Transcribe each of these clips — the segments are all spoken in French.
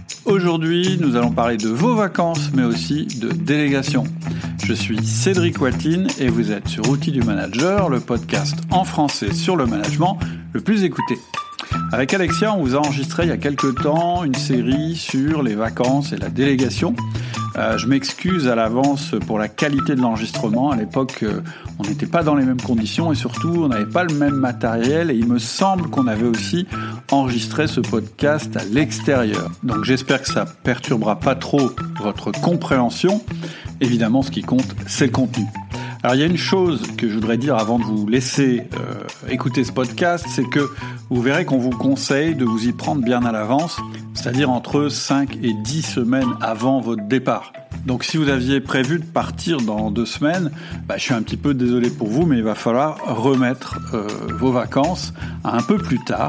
Aujourd'hui, nous allons parler de vos vacances, mais aussi de délégation. Je suis Cédric Watine et vous êtes sur Outils du Manager, le podcast en français sur le management le plus écouté. Avec Alexia, on vous a enregistré il y a quelques temps une série sur les vacances et la délégation. Je m'excuse à l'avance pour la qualité de l'enregistrement. À l'époque, on n'était pas dans les mêmes conditions et surtout, on n'avait pas le même matériel. Et il me semble qu'on avait aussi enregistré ce podcast à l'extérieur. Donc j'espère que ça perturbera pas trop votre compréhension. Évidemment, ce qui compte, c'est le contenu. Alors il y a une chose que je voudrais dire avant de vous laisser écouter ce podcast, c'est que vous verrez qu'on vous conseille de vous y prendre bien à l'avance, c'est-à-dire entre 5 et 10 semaines avant votre départ. Donc si vous aviez prévu de partir dans 2 semaines, je suis un petit peu désolé pour vous, mais il va falloir remettre vos vacances à un peu plus tard.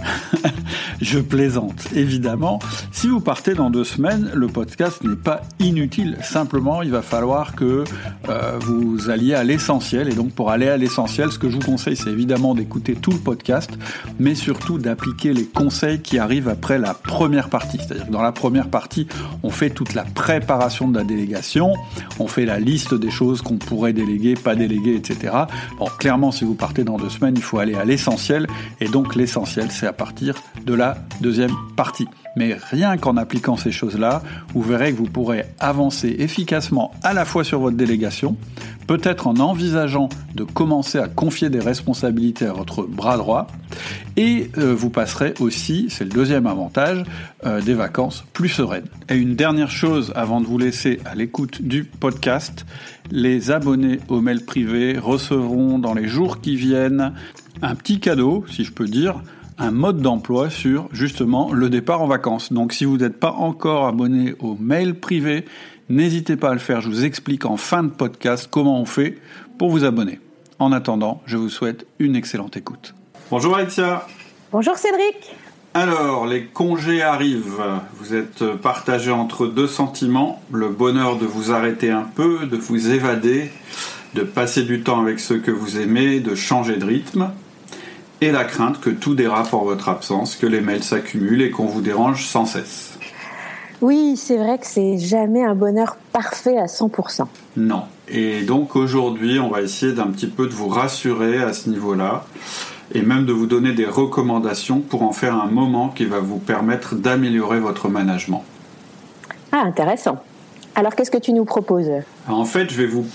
Je plaisante, évidemment. Si vous partez dans 2 semaines, le podcast n'est pas inutile. Simplement, il va falloir que vous alliez à l'essentiel. Et donc, pour aller à l'essentiel, ce que je vous conseille, c'est évidemment d'écouter tout le podcast, mais surtout d'appliquer les conseils qui arrivent après la première partie. C'est-à-dire que dans la première partie, on fait toute la préparation de la délégation, on fait la liste des choses qu'on pourrait déléguer, pas déléguer, etc. Bon, clairement, si vous partez dans 2 semaines, il faut aller à l'essentiel. Et donc, l'essentiel, c'est à partir de la deuxième partie. Mais rien qu'en appliquant ces choses-là, vous verrez que vous pourrez avancer efficacement à la fois sur votre délégation, peut-être en envisageant de commencer à confier des responsabilités à votre bras droit, et vous passerez aussi, c'est le deuxième avantage, des vacances plus sereines. Et une dernière chose avant de vous laisser à l'écoute du podcast, les abonnés au mail privé recevront dans les jours qui viennent un petit cadeau, si je peux dire, un mode d'emploi sur justement le départ en vacances. Donc si vous n'êtes pas encore abonné au mail privé, n'hésitez pas à le faire. Je vous explique en fin de podcast comment on fait pour vous abonner. En attendant, je vous souhaite une excellente écoute. Bonjour Alexia. Bonjour Cédric. Alors, les congés arrivent. Vous êtes partagé entre 2 sentiments. Le bonheur de vous arrêter un peu, de vous évader, de passer du temps avec ceux que vous aimez, de changer de rythme. Et la crainte que tout dérape en votre absence, que les mails s'accumulent et qu'on vous dérange sans cesse. Oui, c'est vrai que c'est jamais un bonheur parfait à 100%. Non. Et donc aujourd'hui, on va essayer d'un petit peu de vous rassurer à ce niveau-là et même de vous donner des recommandations pour en faire un moment qui va vous permettre d'améliorer votre management. Ah, intéressant. Alors, qu'est-ce que tu nous proposes ? Alors, en fait, je vais vous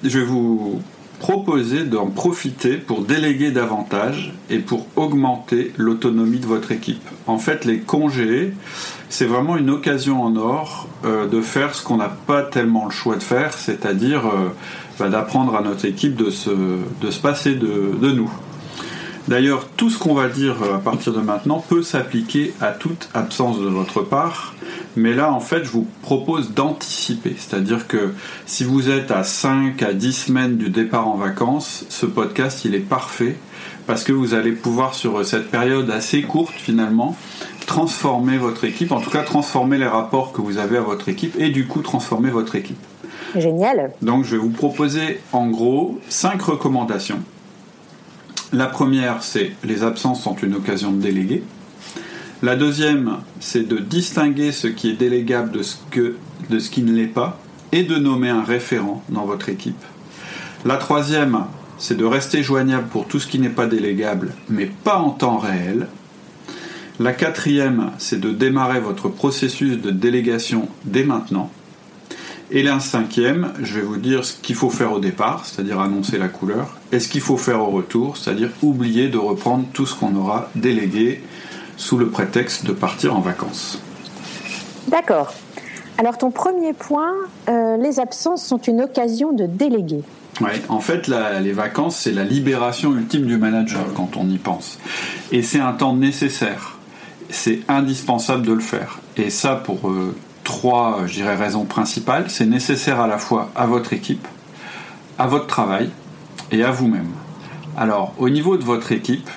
proposer d'en profiter pour déléguer davantage et pour augmenter l'autonomie de votre équipe. En fait, les congés, c'est vraiment une occasion en or de faire ce qu'on n'a pas tellement le choix de faire, c'est-à-dire d'apprendre à notre équipe de se passer de nous. D'ailleurs, tout ce qu'on va dire à partir de maintenant peut s'appliquer à toute absence de votre part. Mais là, en fait, je vous propose d'anticiper. C'est-à-dire que si vous êtes à 5 à 10 semaines du départ en vacances, ce podcast, il est parfait parce que vous allez pouvoir, sur cette période assez courte, finalement, transformer votre équipe, en tout cas transformer les rapports que vous avez à votre équipe et du coup transformer votre équipe. Génial. Donc, je vais vous proposer, en gros, 5 recommandations. La première, c'est les absences sont une occasion de déléguer. La deuxième, c'est de distinguer ce qui est délégable de ce qui ne l'est pas et de nommer un référent dans votre équipe. La troisième, c'est de rester joignable pour tout ce qui n'est pas délégable, mais pas en temps réel. La quatrième, c'est de démarrer votre processus de délégation dès maintenant. Et la cinquième, je vais vous dire ce qu'il faut faire au départ, c'est-à-dire annoncer la couleur, et ce qu'il faut faire au retour, c'est-à-dire oublier de reprendre tout ce qu'on aura délégué sous le prétexte de partir en vacances. D'accord. Alors ton premier point, les absences sont une occasion de déléguer. Oui, en fait, les vacances, c'est la libération ultime du manager quand on y pense. Et c'est un temps nécessaire. C'est indispensable de le faire. Et ça, pour 3, raisons principales. C'est nécessaire à la fois à votre équipe, à votre travail et à vous-même. Alors, au niveau de votre équipe,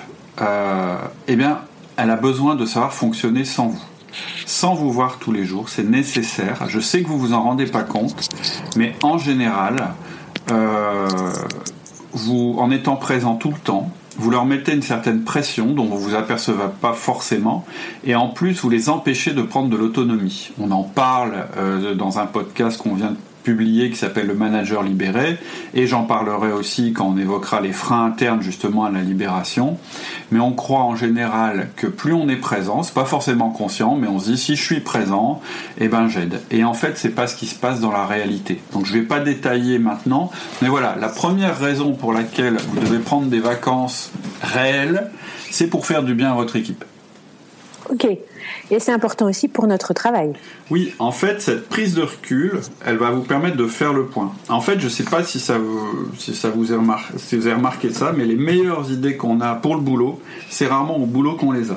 elle a besoin de savoir fonctionner sans vous voir tous les jours. C'est nécessaire. Je sais que vous vous en rendez pas compte, mais en général, vous, en étant présent tout le temps, vous leur mettez une certaine pression dont vous vous apercevez pas forcément, et en plus vous les empêchez de prendre de l'autonomie. On en parle dans un podcast qu'on vient de publié qui s'appelle Le Manager Libéré, et j'en parlerai aussi quand on évoquera les freins internes justement à la libération. Mais on croit en général que plus on est présent, c'est pas forcément conscient, mais on se dit si je suis présent, eh ben j'aide. Et en fait, c'est pas ce qui se passe dans la réalité. Donc je vais pas détailler maintenant, mais voilà, la première raison pour laquelle vous devez prendre des vacances réelles, c'est pour faire du bien à votre équipe. Ok. Et c'est important aussi pour notre travail. Oui, en fait, cette prise de recul, elle va vous permettre de faire le point. En fait, je ne sais pas si vous avez remarqué ça, mais les meilleures idées qu'on a pour le boulot, c'est rarement au boulot qu'on les a.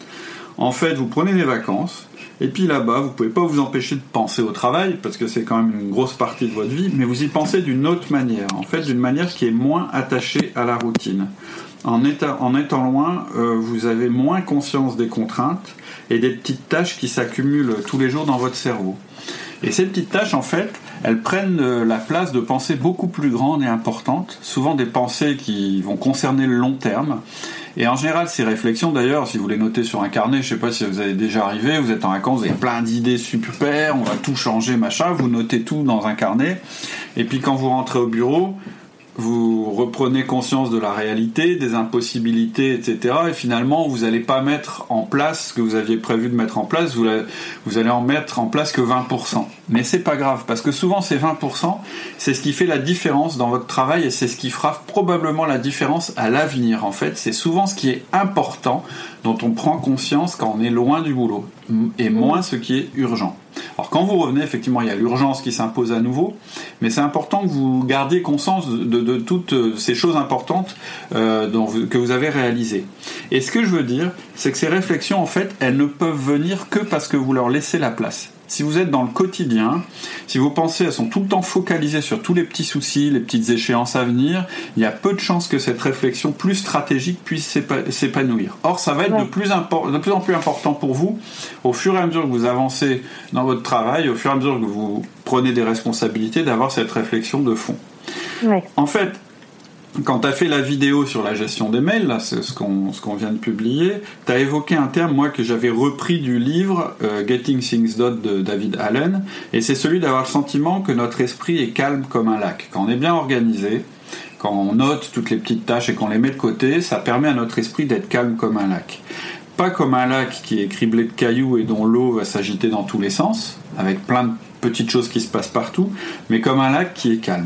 En fait, vous prenez des vacances, et puis là-bas, vous ne pouvez pas vous empêcher de penser au travail, parce que c'est quand même une grosse partie de votre vie, mais vous y pensez d'une autre manière. En fait, d'une manière qui est moins attachée à la routine. En étant loin, vous avez moins conscience des contraintes et des petites tâches qui s'accumulent tous les jours dans votre cerveau. Et ces petites tâches, en fait, elles prennent la place de pensées beaucoup plus grandes et importantes, souvent des pensées qui vont concerner le long terme. Et en général, ces réflexions, d'ailleurs, si vous les notez sur un carnet, je ne sais pas si vous avez déjà arrivé, vous êtes en vacances, vous avez plein d'idées super, on va tout changer, machin, vous notez tout dans un carnet, et puis quand vous rentrez au bureau, vous reprenez conscience de la réalité, des impossibilités, etc. Et finalement, vous n'allez pas mettre en place ce que vous aviez prévu de mettre en place, vous allez en mettre en place que 20%. Mais c'est pas grave, parce que souvent ces 20%, c'est ce qui fait la différence dans votre travail et c'est ce qui fera probablement la différence à l'avenir. En fait, c'est souvent ce qui est important, dont on prend conscience quand on est loin du boulot, et moins ce qui est urgent. Alors quand vous revenez, effectivement, il y a l'urgence qui s'impose à nouveau, mais c'est important que vous gardiez conscience de toutes ces choses importantes que vous avez réalisées. Et ce que je veux dire, c'est que ces réflexions, en fait, elles ne peuvent venir que parce que vous leur laissez la place. Si vous êtes dans le quotidien, si vos pensées elles sont tout le temps focalisées sur tous les petits soucis, les petites échéances à venir, il y a peu de chances que cette réflexion plus stratégique puisse s'épanouir. Or, ça va être de plus en plus important pour vous au fur et à mesure que vous avancez dans votre travail, au fur et à mesure que vous prenez des responsabilités, d'avoir cette réflexion de fond. Ouais. En fait, quand tu as fait la vidéo sur la gestion des mails, là, c'est ce qu'on vient de publier, tu as évoqué un terme, moi, que j'avais repris du livre Getting Things Done de David Allen, et c'est celui d'avoir le sentiment que notre esprit est calme comme un lac. Quand on est bien organisé, quand on note toutes les petites tâches et qu'on les met de côté, ça permet à notre esprit d'être calme comme un lac. Pas comme un lac qui est criblé de cailloux et dont l'eau va s'agiter dans tous les sens, avec plein de petites choses qui se passent partout, mais comme un lac qui est calme.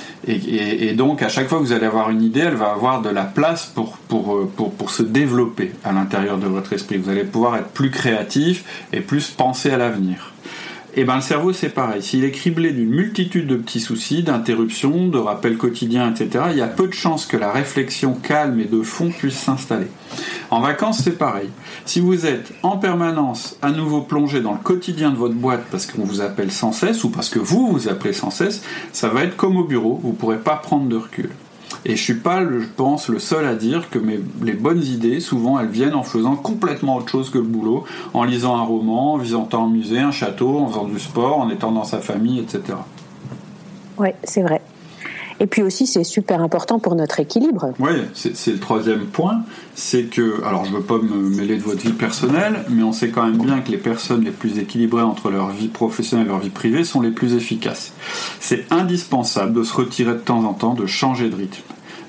Et donc, à chaque fois que vous allez avoir une idée, elle va avoir de la place pour se développer à l'intérieur de votre esprit. Vous allez pouvoir être plus créatif et plus penser à l'avenir. Et bien, le cerveau, c'est pareil. S'il est criblé d'une multitude de petits soucis, d'interruptions, de rappels quotidiens, etc., il y a peu de chances que la réflexion calme et de fond puisse s'installer. En vacances, c'est pareil. Si vous êtes en permanence à nouveau plongé dans le quotidien de votre boîte parce qu'on vous appelle sans cesse ou parce que vous vous appelez sans cesse, ça va être comme au bureau, vous ne pourrez pas prendre de recul. Et je suis pas, je pense, le seul à dire que les bonnes idées, souvent, elles viennent en faisant complètement autre chose que le boulot, en lisant un roman, en visitant un musée, un château, en faisant du sport, en étant dans sa famille, etc. Oui, c'est vrai. Et puis aussi, c'est super important pour notre équilibre. Oui, c'est le troisième point. C'est que, alors je ne veux pas me mêler de votre vie personnelle, mais on sait quand même bien que les personnes les plus équilibrées entre leur vie professionnelle et leur vie privée sont les plus efficaces. C'est indispensable de se retirer de temps en temps, de changer de rythme,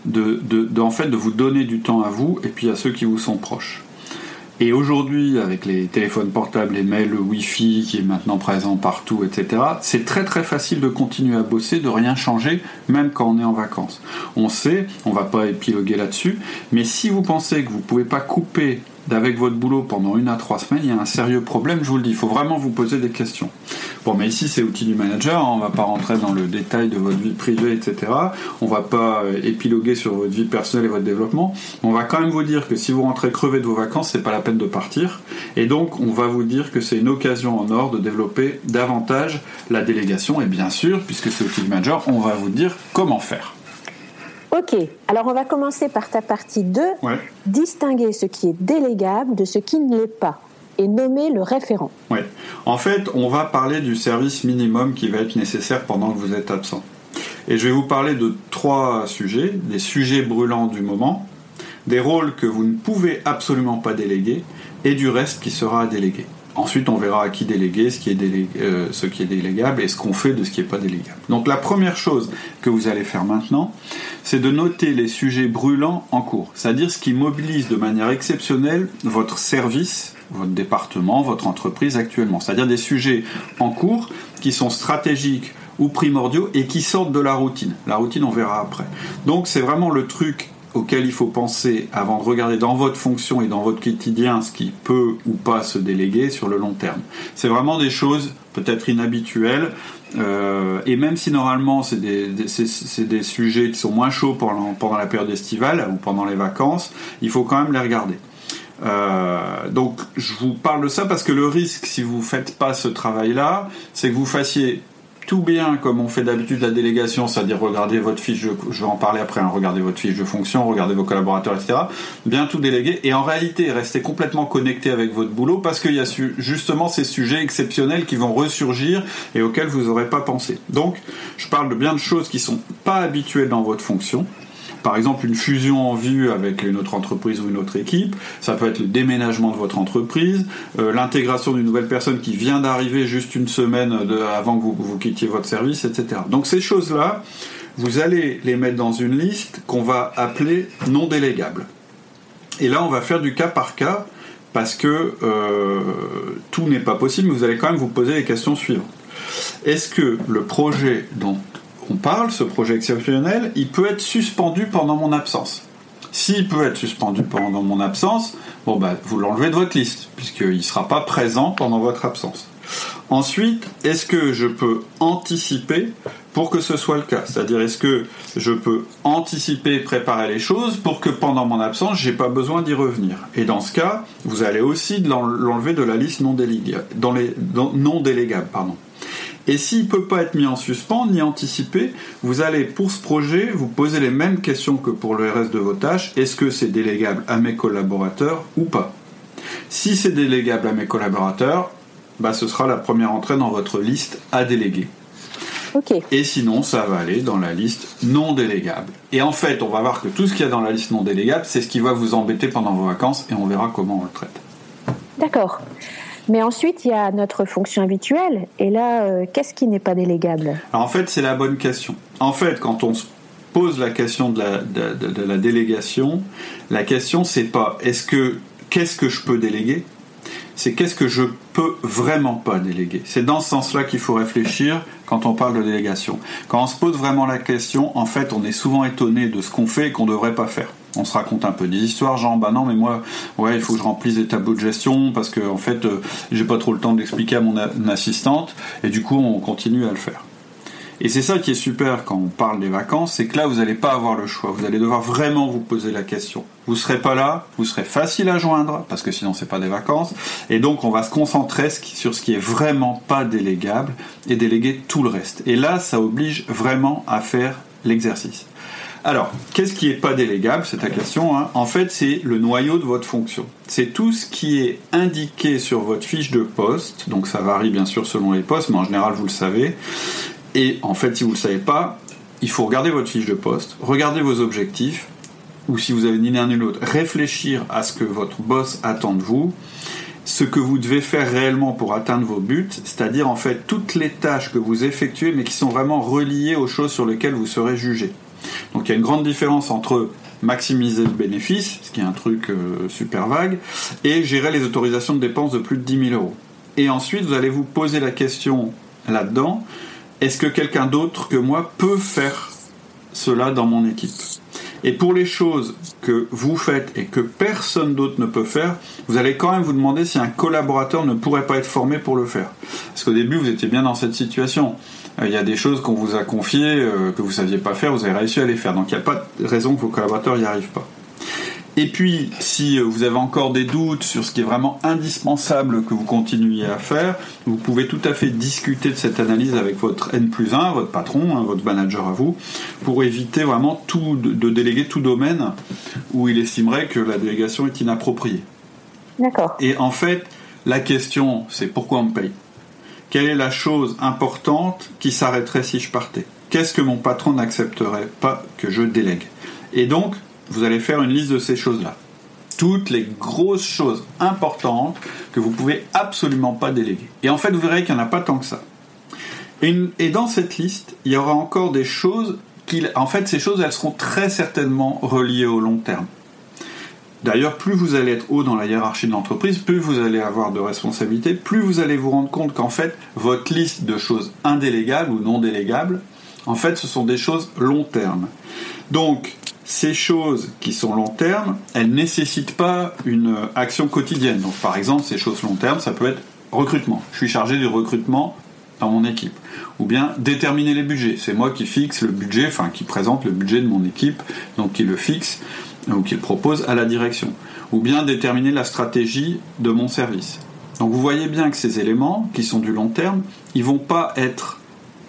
en fait, de vous donner du temps à vous et puis à ceux qui vous sont proches. Et aujourd'hui, avec les téléphones portables, les mails, le Wi-Fi qui est maintenant présent partout, etc., c'est très très facile de continuer à bosser, de rien changer, même quand on est en vacances. On sait, on va pas épiloguer là-dessus, mais si vous pensez que vous pouvez pas couper d'avec votre boulot pendant 1 à 3 semaines, il y a un sérieux problème, je vous le dis, il faut vraiment vous poser des questions. Bon, mais ici c'est Outils du Manager, on va pas rentrer dans le détail de votre vie privée, etc. On va pas épiloguer sur votre vie personnelle et votre développement. On va quand même vous dire que si vous rentrez crevé de vos vacances, c'est pas la peine de partir. Et donc, on va vous dire que c'est une occasion en or de développer davantage la délégation. Et bien sûr, puisque c'est Outils du Manager, on va vous dire comment faire. Ok, alors on va commencer par ta partie 2, distinguer ce qui est délégable de ce qui ne l'est pas, et nommer le référent. Oui, en fait, on va parler du service minimum qui va être nécessaire pendant que vous êtes absent. Et je vais vous parler de 3 sujets, des sujets brûlants du moment, des rôles que vous ne pouvez absolument pas déléguer et du reste qui sera à déléguer. Ensuite, on verra à qui déléguer, ce qui est délégable et ce qu'on fait de ce qui n'est pas délégable. Donc la première chose que vous allez faire maintenant, c'est de noter les sujets brûlants en cours, c'est-à-dire ce qui mobilise de manière exceptionnelle votre service, votre département, votre entreprise actuellement. C'est-à-dire des sujets en cours qui sont stratégiques ou primordiaux et qui sortent de la routine. La routine, on verra après. Donc c'est vraiment le truc auquel il faut penser avant de regarder dans votre fonction et dans votre quotidien ce qui peut ou pas se déléguer sur le long terme. C'est vraiment des choses peut-être inhabituelles et même si normalement c'est des sujets qui sont moins chauds pendant la période estivale ou pendant les vacances, il faut quand même les regarder. Donc je vous parle de ça parce que le risque si vous ne faites pas ce travail-là, c'est que vous fassiez tout bien comme on fait d'habitude la délégation, c'est-à-dire regarder votre fiche je vais en parler après, regardez votre fiche de fonction, regardez vos collaborateurs, etc. Bien tout déléguer et en réalité rester complètement connecté avec votre boulot parce qu'il y a justement ces sujets exceptionnels qui vont ressurgir et auxquels vous n'aurez pas pensé. Donc je parle de bien de choses qui ne sont pas habituelles dans votre fonction. Par exemple, une fusion en vue avec une autre entreprise ou une autre équipe, ça peut être le déménagement de votre entreprise, l'intégration d'une nouvelle personne qui vient d'arriver juste une semaine avant que vous quittiez votre service, etc. Donc ces choses-là, vous allez les mettre dans une liste qu'on va appeler non délégables. Et là, on va faire du cas par cas parce que tout n'est pas possible, mais vous allez quand même vous poser les questions suivantes. Est-ce que le projet dont on parle, ce projet exceptionnel, il peut être suspendu pendant mon absence. S'il peut être suspendu pendant mon absence, vous l'enlevez de votre liste, puisqu'il ne sera pas présent pendant votre absence. Ensuite, est-ce que je peux anticiper pour que ce soit le cas ? C'est-à-dire, est-ce que je peux anticiper, préparer les choses pour que pendant mon absence, je n'ai pas besoin d'y revenir ? Et dans ce cas, vous allez aussi l'enlever de la liste non délégable. Et s'il ne peut pas être mis en suspens ni anticipé, vous allez pour ce projet vous poser les mêmes questions que pour le reste de vos tâches. Est-ce que c'est délégable à mes collaborateurs ou pas ? Si c'est délégable à mes collaborateurs, ce sera la première entrée dans votre liste à déléguer. Okay. Et sinon, ça va aller dans la liste non délégable. Et en fait, on va voir que tout ce qu'il y a dans la liste non délégable, c'est ce qui va vous embêter pendant vos vacances et on verra comment on le traite. D'accord. Mais ensuite, il y a notre fonction habituelle. Et là, qu'est-ce qui n'est pas délégable ? Alors en fait, c'est la bonne question. En fait, quand on se pose la question de la délégation, la question, c'est pas qu'est-ce que je peux déléguer ? C'est qu'est-ce que je peux vraiment pas déléguer ? C'est dans ce sens-là qu'il faut réfléchir quand on parle de délégation. Quand on se pose vraiment la question, en fait, on est souvent étonné de ce qu'on fait et qu'on ne devrait pas faire. On se raconte un peu des histoires, genre non mais moi il faut que je remplisse des tableaux de gestion parce que en fait j'ai pas trop le temps d'expliquer à mon assistante et du coup on continue à le faire. Et c'est ça qui est super quand on parle des vacances, c'est que là vous n'allez pas avoir le choix, vous allez devoir vraiment vous poser la question. Vous serez pas là, vous serez facile à joindre parce que sinon c'est pas des vacances et donc on va se concentrer sur ce qui est vraiment pas délégable et déléguer tout le reste. Et là ça oblige vraiment à faire l'exercice. Alors, qu'est-ce qui n'est pas délégable ? C'est ta question. En fait, c'est le noyau de votre fonction. C'est tout ce qui est indiqué sur votre fiche de poste. Donc, ça varie bien sûr selon les postes, mais en général, vous le savez. Et en fait, si vous ne le savez pas, il faut regarder votre fiche de poste, regarder vos objectifs, ou si vous avez ni l'un ni l'autre, réfléchir à ce que votre boss attend de vous, ce que vous devez faire réellement pour atteindre vos buts, c'est-à-dire en fait toutes les tâches que vous effectuez, mais qui sont vraiment reliées aux choses sur lesquelles vous serez jugé. Donc il y a une grande différence entre maximiser le bénéfice, ce qui est un truc super vague, et gérer les autorisations de dépenses de plus de 10 000 euros. Et ensuite, vous allez vous poser la question là-dedans, est-ce que quelqu'un d'autre que moi peut faire cela dans mon équipe ? Et pour les choses que vous faites et que personne d'autre ne peut faire, vous allez quand même vous demander si un collaborateur ne pourrait pas être formé pour le faire. Parce qu'au début, vous étiez bien dans cette situation. Il y a des choses qu'on vous a confiées, que vous ne saviez pas faire, vous avez réussi à les faire. Donc il n'y a pas de raison que vos collaborateurs n'y arrivent pas. Et puis, si vous avez encore des doutes sur ce qui est vraiment indispensable que vous continuiez à faire, vous pouvez tout à fait discuter de cette analyse avec votre N+1, votre patron, votre manager à vous, pour éviter vraiment de déléguer tout domaine où il estimerait que la délégation est inappropriée. D'accord. Et en fait, la question, c'est pourquoi on me paye ? Quelle est la chose importante qui s'arrêterait si je partais ? Qu'est-ce que mon patron n'accepterait pas que je délègue ? Et donc, vous allez faire une liste de ces choses-là. Toutes les grosses choses importantes que vous ne pouvez absolument pas déléguer. Et en fait, vous verrez qu'il n'y en a pas tant que ça. Et dans cette liste, il y aura encore des choses en fait, ces choses, elles seront très certainement reliées au long terme. D'ailleurs, plus vous allez être haut dans la hiérarchie de l'entreprise, plus vous allez avoir de responsabilités, plus vous allez vous rendre compte qu'en fait, votre liste de choses indélégables ou non délégables, en fait, ce sont des choses long terme. Donc, ces choses qui sont long terme, elles ne nécessitent pas une action quotidienne. Donc, par exemple, ces choses long terme, ça peut être recrutement. Je suis chargé du recrutement dans mon équipe. Ou bien déterminer les budgets. C'est moi qui fixe le budget, enfin qui présente le budget de mon équipe, donc qui le fixe ou qui le propose à la direction. Ou bien déterminer la stratégie de mon service. Donc vous voyez bien que ces éléments, qui sont du long terme, ils ne vont pas être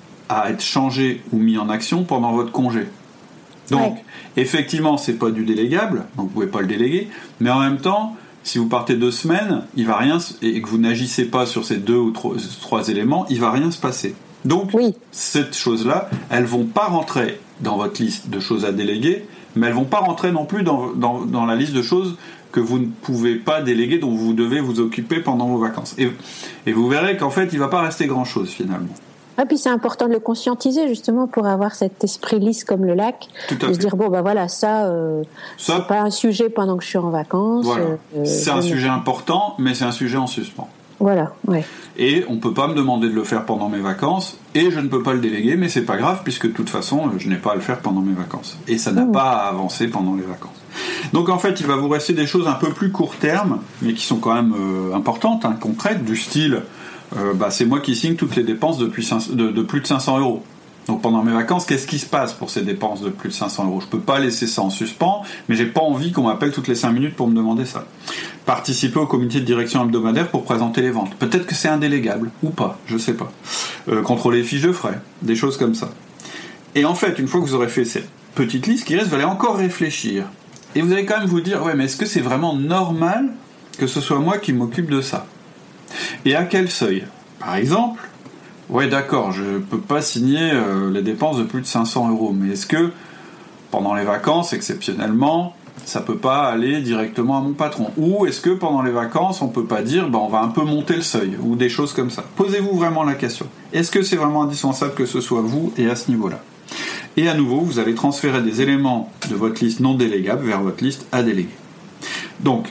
changés ou mis en action pendant votre congé. Donc, effectivement, c'est pas du délégable, donc vous pouvez pas le déléguer, mais en même temps, si vous partez 2 semaines, il va rien, et que vous n'agissez pas sur ces 2 ou 3 éléments, il va rien se passer. Donc, cette chose-là, elles vont pas rentrer dans votre liste de choses à déléguer, mais elles vont pas rentrer non plus dans la liste de choses que vous ne pouvez pas déléguer, dont vous devez vous occuper pendant vos vacances. Et vous verrez qu'en fait, il va pas rester grand-chose finalement. Et puis c'est important de le conscientiser justement pour avoir cet esprit lisse comme le lac, de se dire bon bah voilà ça c'est pas un sujet pendant que je suis en vacances. Voilà. C'est un sujet important, mais c'est un sujet en suspens. Voilà, ouais. Et on peut pas me demander de le faire pendant mes vacances, et je ne peux pas le déléguer, mais c'est pas grave puisque de toute façon je n'ai pas à le faire pendant mes vacances. Et ça n'a pas à avancer pendant les vacances. Donc en fait il va vous rester des choses un peu plus court terme, mais qui sont quand même importantes, concrètes, du style c'est moi qui signe toutes les dépenses de plus de 500 €. Donc pendant mes vacances, qu'est-ce qui se passe pour ces dépenses de plus de 500 €? Je peux pas laisser ça en suspens, mais j'ai pas envie qu'on m'appelle toutes les 5 minutes pour me demander ça. Participer au comité de direction hebdomadaire pour présenter les ventes. Peut-être que c'est indélégable, ou pas, je sais pas. Contrôler les fiches de frais, des choses comme ça. Et en fait, une fois que vous aurez fait cette petite liste qui reste, vous allez encore réfléchir. Et vous allez quand même vous dire, ouais, mais est-ce que c'est vraiment normal que ce soit moi qui m'occupe de ça? Et à quel seuil? Par exemple, ouais d'accord, je peux pas signer les dépenses de plus de 500 €, mais est-ce que pendant les vacances, exceptionnellement, ça peut pas aller directement à mon patron? Ou est-ce que pendant les vacances, on peut pas dire on va un peu monter le seuil, ou des choses comme ça? Posez-vous vraiment la question. Est-ce que c'est vraiment indispensable que ce soit vous et à ce niveau-là? Et à nouveau, vous allez transférer des éléments de votre liste non délégable vers votre liste à déléguer. Donc,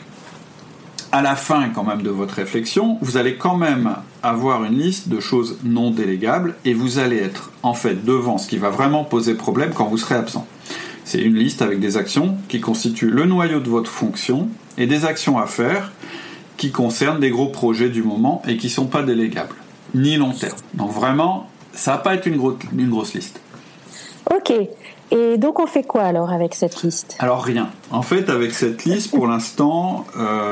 à la fin quand même de votre réflexion, vous allez quand même avoir une liste de choses non délégables et vous allez être en fait devant ce qui va vraiment poser problème quand vous serez absent. C'est une liste avec des actions qui constituent le noyau de votre fonction et des actions à faire qui concernent des gros projets du moment et qui ne sont pas délégables, ni long terme. Donc vraiment, ça va pas être une grosse liste. Ok. Et donc on fait quoi alors avec cette liste? Alors rien. En fait, avec cette liste, pour l'instant,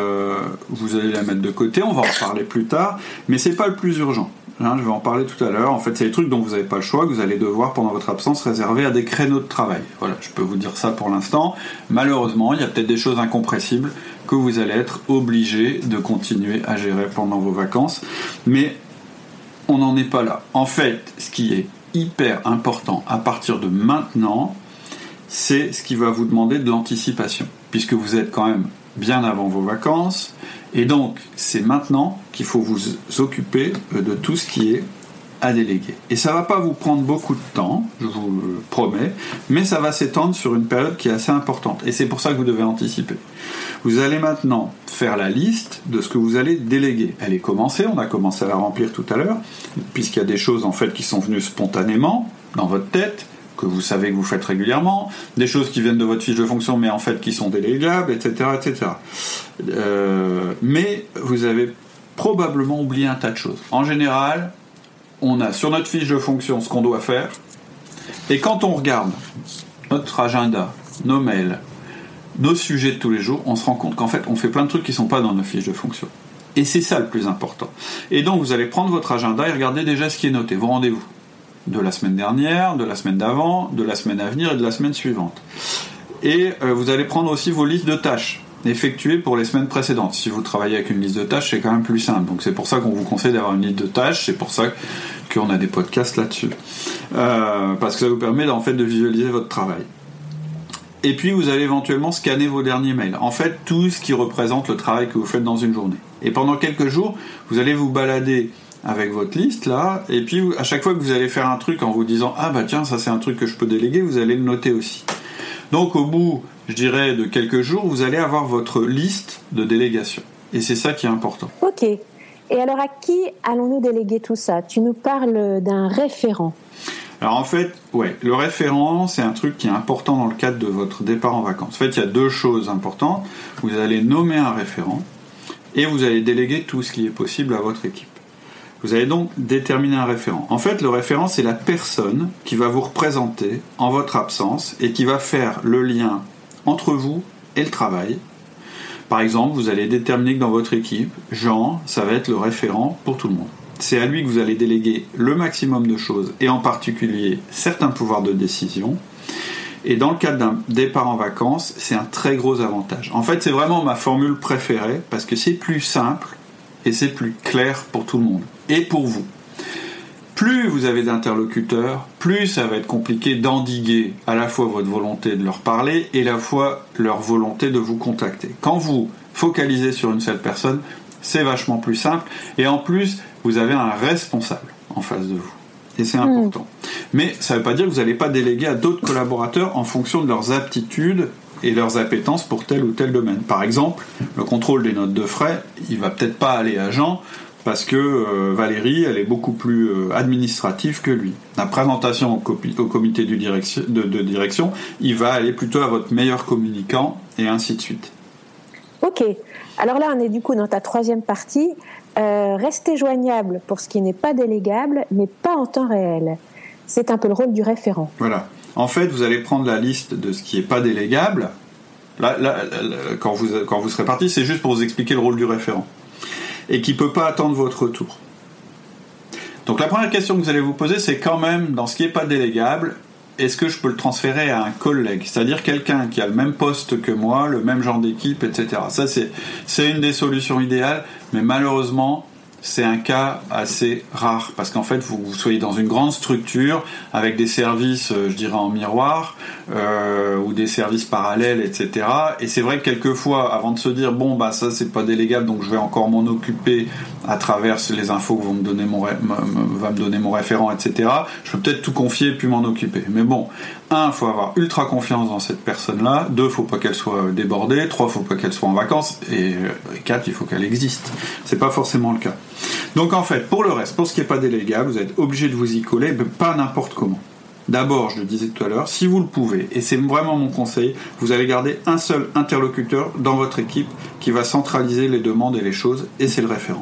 vous allez la mettre de côté, on va en parler plus tard, mais c'est pas le plus urgent. Je vais en parler tout à l'heure. En fait, c'est des trucs dont vous n'avez pas le choix, que vous allez devoir, pendant votre absence, réserver à des créneaux de travail. Voilà, je peux vous dire ça pour l'instant. Malheureusement, il y a peut-être des choses incompressibles que vous allez être obligé de continuer à gérer pendant vos vacances, mais on n'en est pas là. En fait, ce qui est hyper important à partir de maintenant, c'est ce qui va vous demander de l'anticipation, puisque vous êtes quand même bien avant vos vacances, et donc c'est maintenant qu'il faut vous occuper de tout ce qui est à déléguer. Et ça va pas vous prendre beaucoup de temps, je vous le promets, mais ça va s'étendre sur une période qui est assez importante, et c'est pour ça que vous devez anticiper. Vous allez maintenant faire la liste de ce que vous allez déléguer. Elle est commencée, on a commencé à la remplir tout à l'heure, puisqu'il y a des choses en fait qui sont venues spontanément dans votre tête, que vous savez que vous faites régulièrement, des choses qui viennent de votre fiche de fonction mais en fait qui sont délégables, etc. etc. Mais vous avez probablement oublié un tas de choses. En général, on a sur notre fiche de fonction ce qu'on doit faire, et quand on regarde notre agenda, nos mails, nos sujets de tous les jours, on se rend compte qu'en fait on fait plein de trucs qui ne sont pas dans nos fiches de fonction. Et c'est ça le plus important. Et donc vous allez prendre votre agenda et regarder déjà ce qui est noté, vos rendez-vous. De la semaine dernière, de la semaine d'avant, de la semaine à venir et de la semaine suivante. Et vous allez prendre aussi vos listes de tâches effectuées pour les semaines précédentes. Si vous travaillez avec une liste de tâches, c'est quand même plus simple. Donc c'est pour ça qu'on vous conseille d'avoir une liste de tâches, c'est pour ça qu'on a des podcasts là-dessus. Parce que ça vous permet en fait de visualiser votre travail. Et puis vous allez éventuellement scanner vos derniers mails. En fait, tout ce qui représente le travail que vous faites dans une journée. Et pendant quelques jours, vous allez vous balader avec votre liste là, et puis à chaque fois que vous allez faire un truc en vous disant « Ah bah tiens, ça c'est un truc que je peux déléguer », vous allez le noter aussi. Donc au bout, je dirais, de quelques jours, vous allez avoir votre liste de délégation. Et c'est ça qui est important. Ok. Et alors à qui allons-nous déléguer tout ça ? Tu nous parles d'un référent. Alors en fait, le référent, c'est un truc qui est important dans le cadre de votre départ en vacances. En fait, il y a deux choses importantes. Vous allez nommer un référent et vous allez déléguer tout ce qui est possible à votre équipe. Vous allez donc déterminer un référent. En fait, le référent, c'est la personne qui va vous représenter en votre absence et qui va faire le lien entre vous et le travail. Par exemple, vous allez déterminer que dans votre équipe, Jean, ça va être le référent pour tout le monde. C'est à lui que vous allez déléguer le maximum de choses, et en particulier certains pouvoirs de décision. Et dans le cadre d'un départ en vacances, c'est un très gros avantage. En fait, c'est vraiment ma formule préférée, parce que c'est plus simple et c'est plus clair pour tout le monde, et pour vous. Plus vous avez d'interlocuteurs, plus ça va être compliqué d'endiguer à la fois votre volonté de leur parler et à la fois leur volonté de vous contacter. Quand vous focalisez sur une seule personne, c'est vachement plus simple, et en plus, vous avez un responsable en face de vous. Et c'est important. Mais ça ne veut pas dire que vous n'allez pas déléguer à d'autres collaborateurs en fonction de leurs aptitudes et leurs appétences pour tel ou tel domaine. Par exemple, le contrôle des notes de frais, il ne va peut-être pas aller à Jean, parce que Valérie, elle est beaucoup plus administrative que lui. La présentation au comité de direction, il va aller plutôt à votre meilleur communicant, et ainsi de suite. Ok. Alors là, on est du coup dans ta troisième partie. Rester joignable pour ce qui n'est pas délégable, mais pas en temps réel. C'est un peu le rôle du référent. Voilà. En fait, vous allez prendre la liste de ce qui n'est pas délégable. Là, quand vous serez parti, c'est juste pour vous expliquer le rôle du référent. Et qui ne peut pas attendre votre retour. Donc la première question que vous allez vous poser, c'est quand même, dans ce qui n'est pas délégable, est-ce que je peux le transférer à un collègue ? C'est-à-dire quelqu'un qui a le même poste que moi, le même genre d'équipe, etc. Ça, c'est une des solutions idéales, mais malheureusement, c'est un cas assez rare, parce qu'en fait, vous soyez dans une grande structure, avec des services, je dirais, en miroir, ou des services parallèles, etc. Et c'est vrai que quelquefois, avant de se dire, bon, bah ça, c'est pas délégable, donc je vais encore m'en occuper à travers les infos que va me donner mon référent, etc., je peux peut-être tout confier et puis m'en occuper. Mais bon, 1, il faut avoir ultra confiance dans cette personne-là, 2, il ne faut pas qu'elle soit débordée, 3, il ne faut pas qu'elle soit en vacances, et 4, il faut qu'elle existe. C'est pas forcément le cas. Donc en fait, pour le reste, pour ce qui n'est pas délégable, vous êtes obligé de vous y coller, mais pas n'importe comment. D'abord, je le disais tout à l'heure, si vous le pouvez, et c'est vraiment mon conseil, vous allez garder un seul interlocuteur dans votre équipe qui va centraliser les demandes et les choses, et c'est le référent.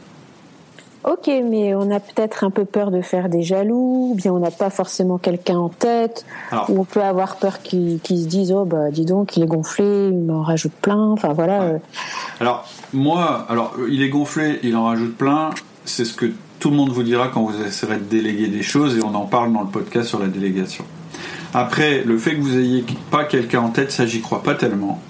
Ok, mais on a peut-être un peu peur de faire des jaloux, ou bien on n'a pas forcément quelqu'un en tête, ou on peut avoir peur qu'ils se disent « Oh, bah, dis donc, il est gonflé, il m'en rajoute plein », enfin voilà. Ouais. Alors, il est gonflé, il en rajoute plein, c'est ce que tout le monde vous dira quand vous essaierez de déléguer des choses, et on en parle dans le podcast sur la délégation. Après, le fait que vous n'ayez pas quelqu'un en tête, ça j'y crois pas tellement.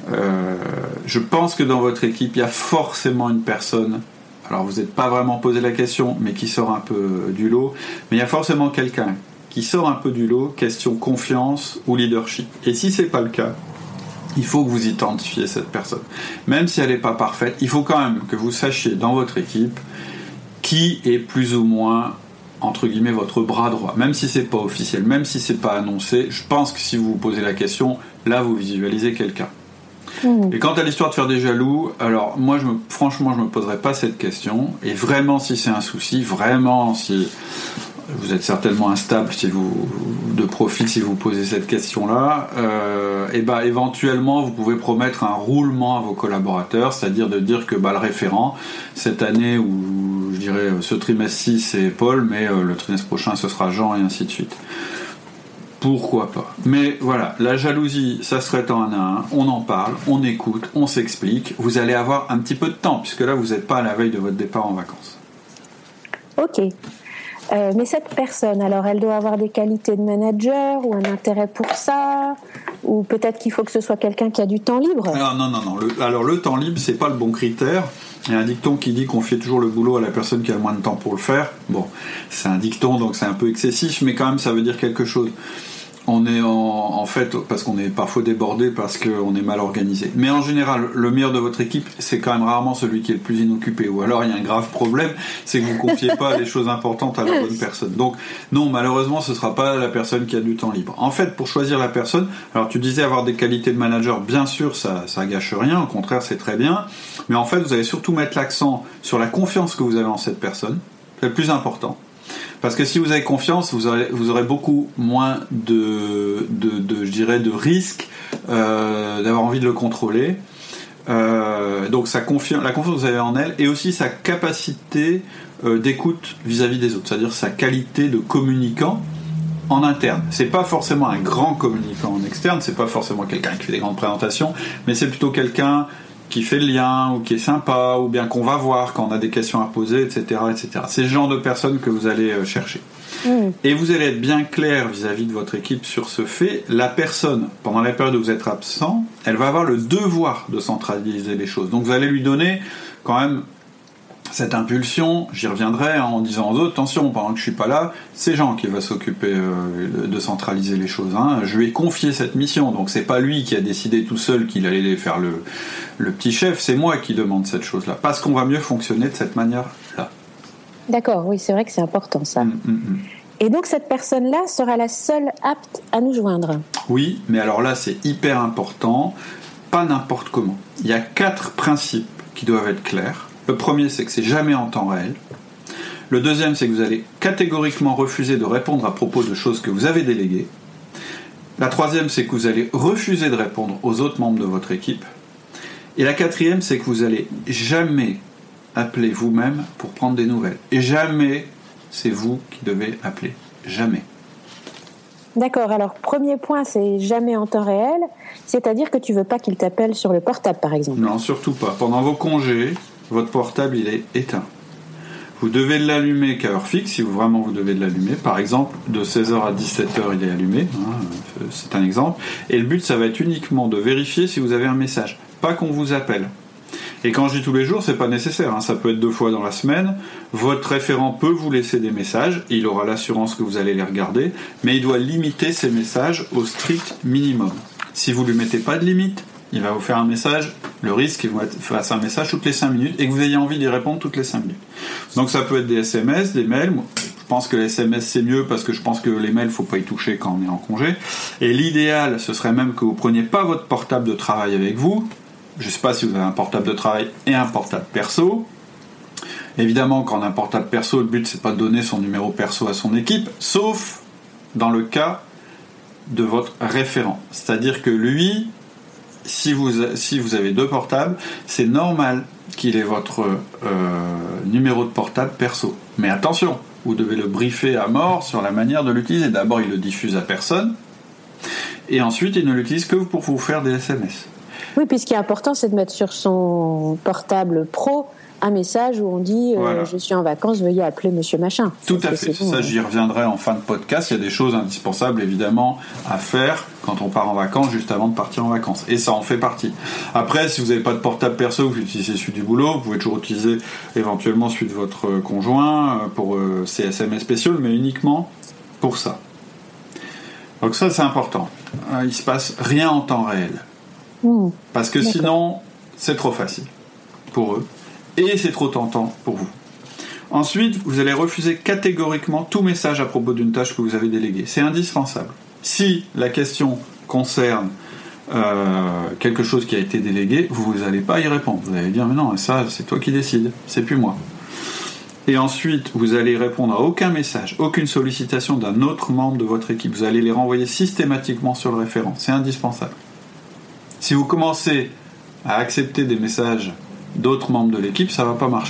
Je pense que dans votre équipe, il y a forcément une personne, alors vous n'êtes pas vraiment posé la question, mais qui sort un peu du lot, mais il y a forcément quelqu'un qui sort un peu du lot, question confiance ou leadership. Et si c'est pas le cas, il faut que vous identifiez cette personne. Même si elle n'est pas parfaite, il faut quand même que vous sachiez dans votre équipe qui est plus ou moins, entre guillemets, votre bras droit. Même si c'est pas officiel, même si c'est pas annoncé, je pense que si vous vous posez la question, là vous visualisez quelqu'un. Et quant à l'histoire de faire des jaloux, alors moi franchement je me poserais pas cette question, et vraiment si c'est un souci, vraiment si vous êtes certainement instable de profil si vous posez cette question-là, et ben éventuellement vous pouvez promettre un roulement à vos collaborateurs, c'est-à-dire de dire que le référent cette année, ou je dirais ce trimestre-ci c'est Paul, mais le trimestre prochain ce sera Jean, et ainsi de suite. Pourquoi pas. Mais voilà, la jalousie, ça se traite en un à un, on en parle, on écoute, on s'explique, vous allez avoir un petit peu de temps, puisque là vous n'êtes pas à la veille de votre départ en vacances. Ok. Mais cette personne, alors elle doit avoir des qualités de manager ou un intérêt pour ça, ou peut-être qu'il faut que ce soit quelqu'un qui a du temps libre. Alors non. Le temps libre, c'est pas le bon critère. Il y a un dicton qui dit qu'on fait toujours le boulot à la personne qui a le moins de temps pour le faire. Bon, c'est un dicton, donc c'est un peu excessif, mais quand même ça veut dire quelque chose. On est en fait, parce qu'on est parfois débordé, parce qu'on est mal organisé. Mais en général, le meilleur de votre équipe, c'est quand même rarement celui qui est le plus inoccupé. Ou alors, il y a un grave problème, c'est que vous ne confiez pas les choses importantes à la bonne personne. Donc, non, malheureusement, ce ne sera pas la personne qui a du temps libre. En fait, pour choisir la personne, alors tu disais avoir des qualités de manager, bien sûr, ça gâche rien, au contraire, c'est très bien. Mais en fait, vous allez surtout mettre l'accent sur la confiance que vous avez en cette personne. C'est le plus important. Parce que si vous avez confiance, vous aurez beaucoup moins de risques d'avoir envie de le contrôler. Donc la confiance que vous avez en elle, et aussi sa capacité d'écoute vis-à-vis des autres, c'est-à-dire sa qualité de communicant en interne. C'est pas forcément un grand communicant en externe, c'est pas forcément quelqu'un qui fait des grandes présentations, mais c'est plutôt quelqu'un qui fait le lien, ou qui est sympa, ou bien qu'on va voir quand on a des questions à poser, etc., etc. C'est le genre de personne que vous allez chercher. Et vous allez être bien clair vis-à-vis de votre équipe sur ce fait. La personne, pendant la période où vous êtes absent, elle va avoir le devoir de centraliser les choses. Donc vous allez lui donner quand même cette impulsion, j'y reviendrai en disant aux autres, attention, pendant que je suis pas là, c'est Jean qui va s'occuper de centraliser les choses. Je lui ai confié cette mission, donc c'est pas lui qui a décidé tout seul qu'il allait faire le petit chef, c'est moi qui demande cette chose-là, parce qu'on va mieux fonctionner de cette manière-là. D'accord, oui, c'est vrai que c'est important ça. Et donc cette personne-là sera la seule apte à nous joindre. Oui, mais alors là c'est hyper important, pas n'importe comment. Il y a 4 principes qui doivent être clairs. Le premier, c'est que c'est jamais en temps réel. Le deuxième, c'est que vous allez catégoriquement refuser de répondre à propos de choses que vous avez déléguées. La troisième, c'est que vous allez refuser de répondre aux autres membres de votre équipe. Et la quatrième, c'est que vous allez jamais appeler vous-même pour prendre des nouvelles. Et jamais, c'est vous qui devez appeler. Jamais. D'accord, alors premier point, c'est jamais en temps réel, c'est-à-dire que tu veux pas qu'il t'appelle sur le portable, par exemple. Non, surtout pas. Pendant vos congés, votre portable, il est éteint. Vous devez l'allumer qu'à heure fixe, si vous devez l'allumer. Par exemple, de 16h à 17h, il est allumé. C'est un exemple. Et le but, ça va être uniquement de vérifier si vous avez un message. Pas qu'on vous appelle. Et quand je dis tous les jours, c'est pas nécessaire. Ça peut être 2 fois dans la semaine. Votre référent peut vous laisser des messages. Il aura l'assurance que vous allez les regarder. Mais il doit limiter ces messages au strict minimum. Si vous ne lui mettez pas de limite, il va vous faire un message, le risque qu'il vous fasse un message toutes les 5 minutes et que vous ayez envie d'y répondre toutes les 5 minutes. Donc ça peut être des SMS, des mails. Je pense que les SMS c'est mieux parce que je pense que les mails, il ne faut pas y toucher quand on est en congé. Et l'idéal, ce serait même que vous ne preniez pas votre portable de travail avec vous. Je ne sais pas si vous avez un portable de travail et un portable perso. Évidemment, quand on a un portable perso, le but c'est pas de donner son numéro perso à son équipe, sauf dans le cas de votre référent. C'est-à-dire que lui, si vous avez 2 portables, c'est normal qu'il ait votre numéro de portable perso. Mais attention, vous devez le briefer à mort sur la manière de l'utiliser. D'abord, il le diffuse à personne, et ensuite, il ne l'utilise que pour vous faire des SMS. Oui, puis ce qui est important, c'est de mettre sur son portable pro un message où on dit voilà. Je suis en vacances, veuillez appeler monsieur machin. Tout à fait, ça j'y reviendrai en fin de podcast. Il y a des choses indispensables évidemment à faire quand on part en vacances, juste avant de partir en vacances, et ça en fait partie. Après, si vous n'avez pas de portable perso, vous utilisez celui du boulot, vous pouvez toujours utiliser éventuellement celui de votre conjoint pour ces SMS spéciaux, mais uniquement pour ça. Donc ça c'est important, il se passe rien en temps réel, parce que sinon c'est trop facile pour eux. Et c'est trop tentant pour vous. Ensuite, vous allez refuser catégoriquement tout message à propos d'une tâche que vous avez déléguée. C'est indispensable. Si la question concerne quelque chose qui a été délégué, vous n'allez pas y répondre. Vous allez dire, mais non, ça, c'est toi qui décides, c'est plus moi. Et ensuite, vous allez répondre à aucun message, aucune sollicitation d'un autre membre de votre équipe. Vous allez les renvoyer systématiquement sur le référent. C'est indispensable. Si vous commencez à accepter des messages d'autres membres de l'équipe, ça va pas marcher.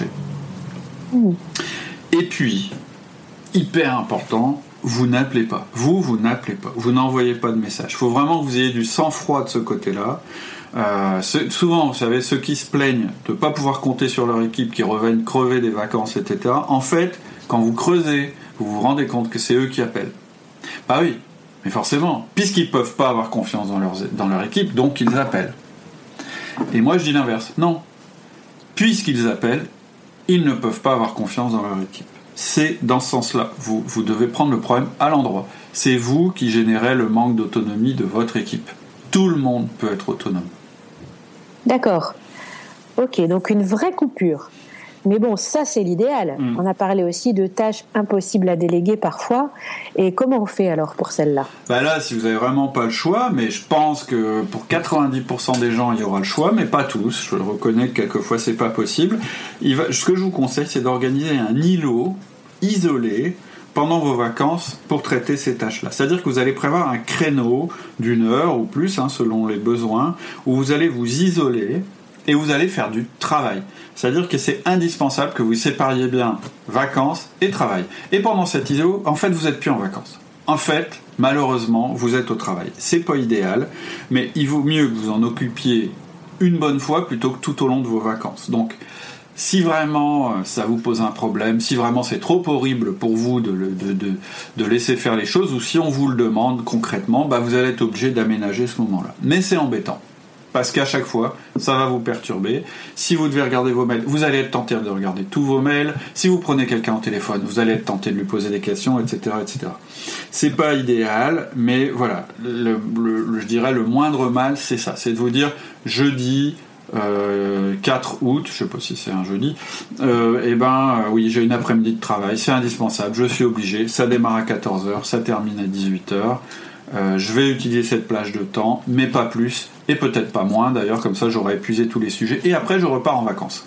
Et puis, hyper important, vous n'appelez pas. Vous n'appelez pas. Vous n'envoyez pas de message. Il faut vraiment que vous ayez du sang-froid de ce côté-là. Souvent, vous savez, ceux qui se plaignent de ne pas pouvoir compter sur leur équipe, qui reviennent crever des vacances, etc., en fait, quand vous creusez, vous vous rendez compte que c'est eux qui appellent. Bah oui, mais forcément, puisqu'ils ne peuvent pas avoir confiance dans leur équipe, donc ils appellent. Et moi, je dis l'inverse. Non. Puisqu'ils appellent, ils ne peuvent pas avoir confiance dans leur équipe. c'est dans ce sens-là. Vous devez prendre le problème à l'endroit. C'est vous qui générez le manque d'autonomie de votre équipe. Tout le monde peut être autonome. D'accord. Ok, donc une vraie coupure. Mais bon, ça c'est l'idéal. On a parlé aussi de tâches impossibles à déléguer parfois. Et comment on fait alors pour celle-là ? Là, si vous n'avez vraiment pas le choix, mais je pense que pour 90% des gens, il y aura le choix, mais pas tous. Je le reconnais que quelquefois c'est pas possible. Ce que je vous conseille, c'est d'organiser un îlot isolé pendant vos vacances pour traiter ces tâches-là. C'est-à-dire que vous allez prévoir un créneau d'1 heure ou plus, selon les besoins, où vous allez vous isoler et vous allez faire du travail. C'est-à-dire que c'est indispensable que vous sépariez bien vacances et travail. Et pendant cet îlot, en fait, vous n'êtes plus en vacances. En fait, malheureusement, vous êtes au travail. C'est pas idéal, mais il vaut mieux que vous en occupiez une bonne fois plutôt que tout au long de vos vacances. Donc, si vraiment ça vous pose un problème, si vraiment c'est trop horrible pour vous de laisser faire les choses, ou si on vous le demande concrètement, vous allez être obligé d'aménager ce moment-là. Mais c'est embêtant. Parce qu'à chaque fois, ça va vous perturber. Si vous devez regarder vos mails, vous allez être tenté de regarder tous vos mails. Si vous prenez quelqu'un au téléphone, vous allez être tenté de lui poser des questions, etc., etc. C'est pas idéal, mais voilà. Je dirais le moindre mal, c'est ça. C'est de vous dire, jeudi 4 août, je sais pas si c'est un jeudi, oui, j'ai une après-midi de travail, c'est indispensable, je suis obligé. Ça démarre à 14h, ça termine à 18h. Je vais utiliser cette plage de temps, mais pas plus, et peut-être pas moins d'ailleurs, comme ça j'aurai épuisé tous les sujets, et après je repars en vacances.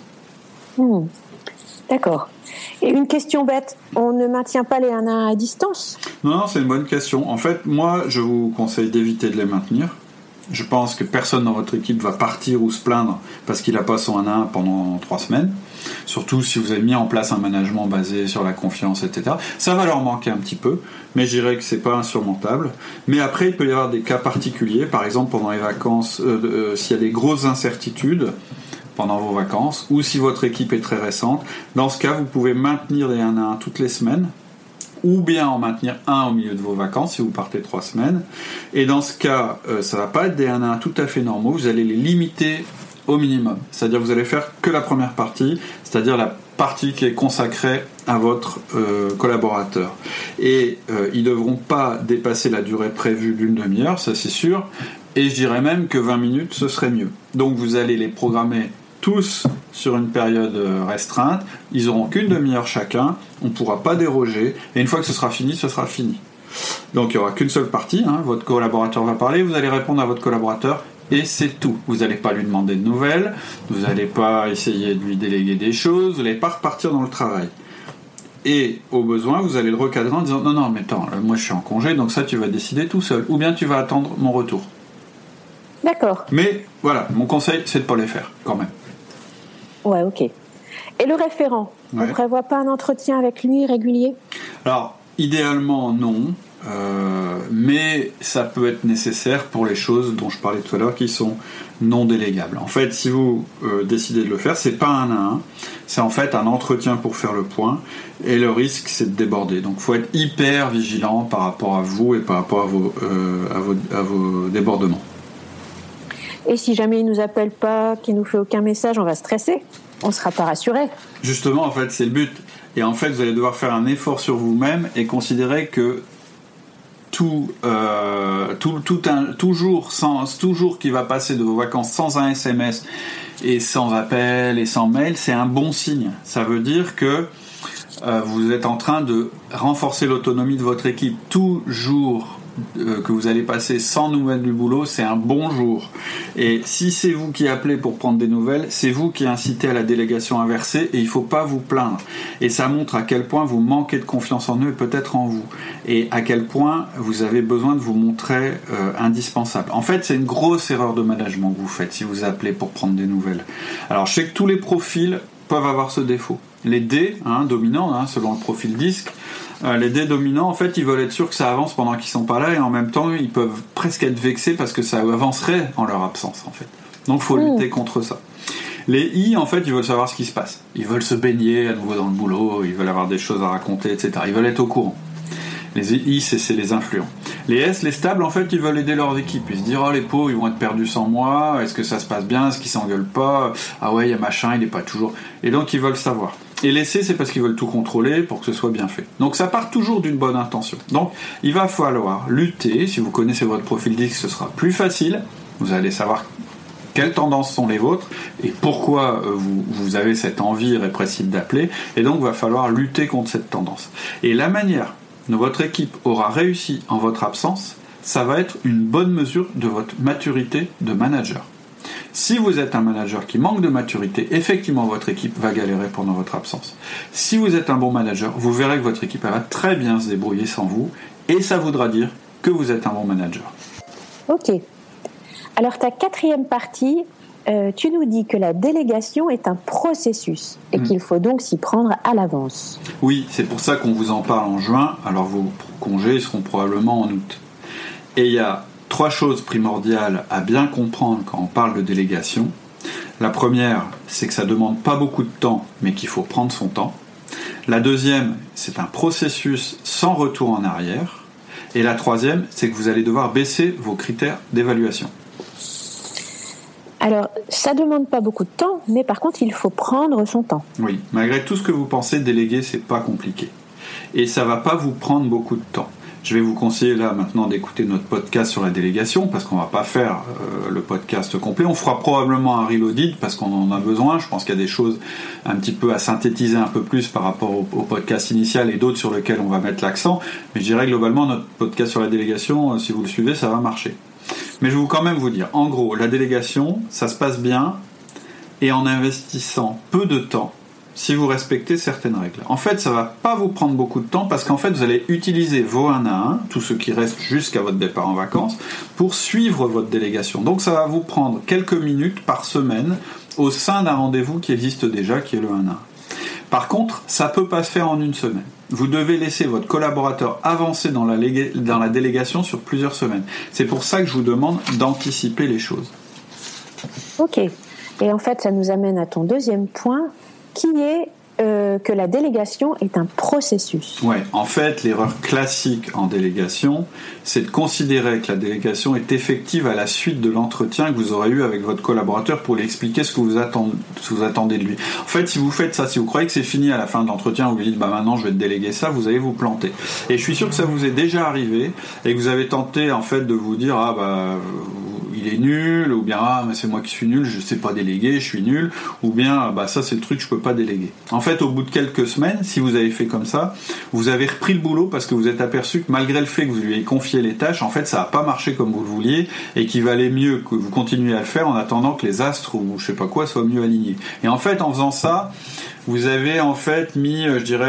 D'accord. Et une question bête, on ne maintient pas les 1 à 1 à distance ? Non, c'est une bonne question. En fait, moi, je vous conseille d'éviter de les maintenir. Je pense que personne dans votre équipe va partir ou se plaindre parce qu'il n'a pas son 1 à 1 pendant 3 semaines. Surtout si vous avez mis en place un management basé sur la confiance, etc. Ça va leur manquer un petit peu, mais je dirais que c'est pas insurmontable. Mais après, il peut y avoir des cas particuliers. Par exemple, pendant les vacances, s'il y a des grosses incertitudes pendant vos vacances, ou si votre équipe est très récente, dans ce cas, vous pouvez maintenir les 1 à 1 toutes les semaines, ou bien en maintenir un au milieu de vos vacances si vous partez 3 semaines. Et dans ce cas, ça va pas être des 1 à 1 tout à fait normaux, vous allez les limiter au minimum. C'est-à-dire que vous allez faire que la première partie, c'est-à-dire la partie qui est consacrée à votre collaborateur. Et ils ne devront pas dépasser la durée prévue d'une demi-heure, ça c'est sûr, et je dirais même que 20 minutes, ce serait mieux. Donc vous allez les programmer tous sur une période restreinte, ils n'auront qu'une demi-heure chacun, on ne pourra pas déroger, et une fois que ce sera fini, ce sera fini. Donc il n'y aura qu'une seule partie, votre collaborateur va parler, vous allez répondre à votre collaborateur, et c'est tout. Vous n'allez pas lui demander de nouvelles, vous n'allez pas essayer de lui déléguer des choses, vous n'allez pas repartir dans le travail. Et au besoin, vous allez le recadrer en disant non, mais attends, moi je suis en congé, donc ça tu vas décider tout seul, ou bien tu vas attendre mon retour. D'accord. Mais voilà, mon conseil, c'est de ne pas les faire, quand même. Ouais, ok. Et le référent, on ne prévoit pas un entretien avec lui régulier ? Alors, idéalement, non. Mais ça peut être nécessaire pour les choses dont je parlais tout à l'heure qui sont non délégables. En fait, si vous décidez de le faire, c'est pas un à un, c'est en fait un entretien pour faire le point, et le risque c'est de déborder. Donc il faut être hyper vigilant par rapport à vous et par rapport à vos débordements. Et si jamais il nous appelle pas, qu'il nous fait aucun message, on va stresser, on sera pas rassuré. Justement, en fait, c'est le but. Et en fait, vous allez devoir faire un effort sur vous-même et considérer que toujours qui va passer de vos vacances sans un SMS et sans appel et sans mail, c'est un bon signe. Ça veut dire que vous êtes en train de renforcer l'autonomie de votre équipe. Toujours que vous allez passer sans nouvelles du boulot, c'est un bon jour. Et si c'est vous qui appelez pour prendre des nouvelles, c'est vous qui incitez à la délégation inversée, et il ne faut pas vous plaindre. Et ça montre à quel point vous manquez de confiance en eux et peut-être en vous, et à quel point vous avez besoin de vous montrer indispensable. En fait, c'est une grosse erreur de management que vous faites si vous appelez pour prendre des nouvelles. Alors, je sais que tous les profils peuvent avoir ce défaut. Les D, dominants, selon le profil disque, les D dominants, en fait, ils veulent être sûrs que ça avance pendant qu'ils sont pas là, et en même temps, ils peuvent presque être vexés parce que ça avancerait en leur absence, en fait. Donc, il faut lutter contre ça. Les I, en fait, ils veulent savoir ce qui se passe. Ils veulent se baigner à nouveau dans le boulot, ils veulent avoir des choses à raconter, etc. Ils veulent être au courant. Les I, c'est les influents. Les S, les stables, en fait, ils veulent aider leurs équipes. Ils se disent, oh, les pauvres, ils vont être perdus sans moi, est-ce que ça se passe bien, est-ce qu'ils s'engueulent pas, ah ouais, il y a machin, il est pas toujours... Et donc, ils veulent savoir. Et laisser, c'est parce qu'ils veulent tout contrôler pour que ce soit bien fait. Donc ça part toujours d'une bonne intention. Donc il va falloir lutter. Si vous connaissez votre profil X, ce sera plus facile. Vous allez savoir quelles tendances sont les vôtres et pourquoi vous avez cette envie irrépressible d'appeler. Et donc il va falloir lutter contre cette tendance. Et la manière dont votre équipe aura réussi en votre absence, ça va être une bonne mesure de votre maturité de manager. Si vous êtes un manager qui manque de maturité, effectivement votre équipe va galérer pendant votre absence. Si vous êtes un bon manager, vous verrez que votre équipe va très bien se débrouiller sans vous, et ça voudra dire que vous êtes un bon manager. Ok. Alors ta quatrième partie, tu nous dis que la délégation est un processus et qu'il faut donc s'y prendre à l'avance. Oui, c'est pour ça qu'on vous en parle en juin, alors vos congés seront probablement en août. Et il y a 3 choses primordiales à bien comprendre quand on parle de délégation. La première, c'est que ça ne demande pas beaucoup de temps, mais qu'il faut prendre son temps. La deuxième, c'est un processus sans retour en arrière. Et la troisième, c'est que vous allez devoir baisser vos critères d'évaluation. Alors, ça ne demande pas beaucoup de temps, mais par contre, il faut prendre son temps. Oui, malgré tout ce que vous pensez, déléguer, c'est pas compliqué. Et ça ne va pas vous prendre beaucoup de temps. Je vais vous conseiller là maintenant d'écouter notre podcast sur la délégation parce qu'on ne va pas faire le podcast complet. On fera probablement un reloaded parce qu'on en a besoin. Je pense qu'il y a des choses un petit peu à synthétiser un peu plus par rapport au podcast initial et d'autres sur lesquels on va mettre l'accent. Mais je dirais globalement notre podcast sur la délégation, si vous le suivez, ça va marcher. Mais je vais quand même vous dire, en gros, la délégation, ça se passe bien et en investissant peu de temps si vous respectez certaines règles. En fait, ça ne va pas vous prendre beaucoup de temps parce qu'en fait, vous allez utiliser vos 1 à 1, tout ce qui reste jusqu'à votre départ en vacances, pour suivre votre délégation. Donc, ça va vous prendre quelques minutes par semaine au sein d'un rendez-vous qui existe déjà, qui est le 1 à 1. Par contre, ça ne peut pas se faire en une semaine. Vous devez laisser votre collaborateur avancer dans la délégation sur plusieurs semaines. C'est pour ça que je vous demande d'anticiper les choses. Ok. Et en fait, ça nous amène à ton deuxième point, qui est que la délégation est un processus. Ouais, en fait, l'erreur classique en délégation, c'est de considérer que la délégation est effective à la suite de l'entretien que vous aurez eu avec votre collaborateur pour lui expliquer ce que vous attendez de lui. En fait, si vous faites ça, si vous croyez que c'est fini à la fin de l'entretien, vous lui dites maintenant je vais te déléguer ça, vous allez vous planter. Et je suis sûr que ça vous est déjà arrivé et que vous avez tenté en fait de vous dire il est nul, ou bien mais c'est moi qui suis nul, je sais pas déléguer, je suis nul, ou bien ça c'est le truc, je peux pas déléguer. En fait, au bout de quelques semaines, si vous avez fait comme ça, vous avez repris le boulot parce que vous êtes aperçu que malgré le fait que vous lui ayez confié les tâches, en fait ça n'a pas marché comme vous le vouliez et qu'il valait mieux que vous continuiez à le faire en attendant que les astres ou je sais pas quoi soient mieux alignés. Et en fait, en faisant ça, vous avez en fait mis,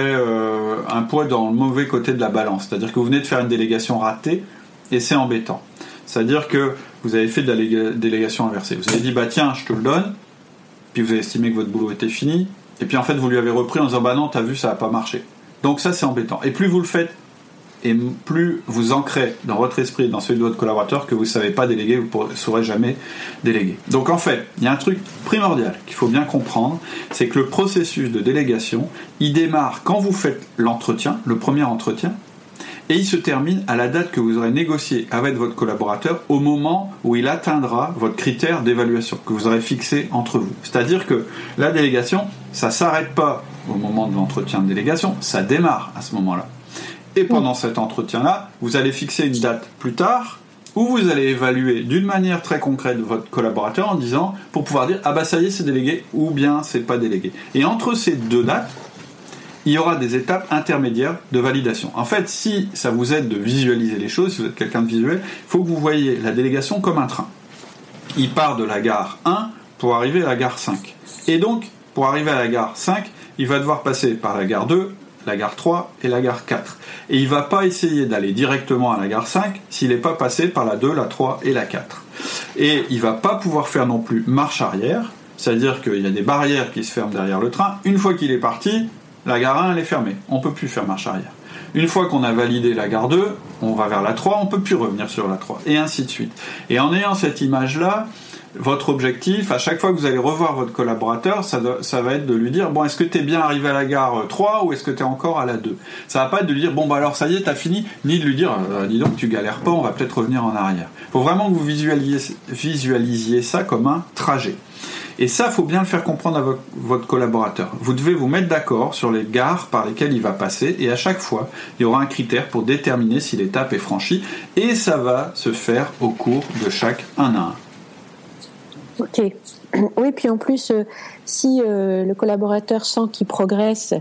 un poids dans le mauvais côté de la balance. C'est-à-dire que vous venez de faire une délégation ratée et c'est embêtant. C'est-à-dire que vous avez fait de la délégation inversée. Vous avez dit, tiens, je te le donne, puis vous avez estimé que votre boulot était fini, et puis en fait, vous lui avez repris en disant, non, t'as vu, ça n'a pas marché. Donc ça, c'est embêtant. Et plus vous le faites, et plus vous ancrez dans votre esprit, dans celui de votre collaborateur, que vous ne savez pas déléguer, vous ne saurez jamais déléguer. Donc en fait, il y a un truc primordial qu'il faut bien comprendre, c'est que le processus de délégation, il démarre quand vous faites l'entretien, le premier entretien, et il se termine à la date que vous aurez négocié avec votre collaborateur au moment où il atteindra votre critère d'évaluation que vous aurez fixé entre vous. C'est-à-dire que la délégation, ça ne s'arrête pas au moment de l'entretien de délégation, ça démarre à ce moment-là. Et pendant cet entretien-là, vous allez fixer une date plus tard où vous allez évaluer d'une manière très concrète votre collaborateur en disant, pour pouvoir dire, ça y est, c'est délégué ou bien c'est pas délégué. Et entre ces deux dates, il y aura des étapes intermédiaires de validation. En fait, si ça vous aide de visualiser les choses, si vous êtes quelqu'un de visuel, il faut que vous voyez la délégation comme un train. Il part de la gare 1 pour arriver à la gare 5. Et donc, pour arriver à la gare 5, il va devoir passer par la gare 2, la gare 3 et la gare 4. Et il ne va pas essayer d'aller directement à la gare 5 s'il n'est pas passé par la 2, la 3 et la 4. Et il ne va pas pouvoir faire non plus marche arrière, c'est-à-dire qu'il y a des barrières qui se ferment derrière le train. Une fois qu'il est parti, la gare 1, elle est fermée. On ne peut plus faire marche arrière. Une fois qu'on a validé la gare 2, on va vers la 3, on ne peut plus revenir sur la 3, et ainsi de suite. Et en ayant cette image-là, votre objectif, à chaque fois que vous allez revoir votre collaborateur, ça va être de lui dire, est-ce que tu es bien arrivé à la gare 3 ou est-ce que tu es encore à la 2 ? Ça va pas être de lui dire, alors ça y est, tu as fini, ni de lui dire, dis donc, tu galères pas, on va peut-être revenir en arrière. Il faut vraiment que vous visualisiez ça comme un trajet. Et ça, il faut bien le faire comprendre à votre collaborateur. Vous devez vous mettre d'accord sur les gares par lesquelles il va passer, et à chaque fois, il y aura un critère pour déterminer si l'étape est franchie, et ça va se faire au cours de chaque 1 à 1. Ok. Oui, puis en plus, si le collaborateur sent qu'il progresse,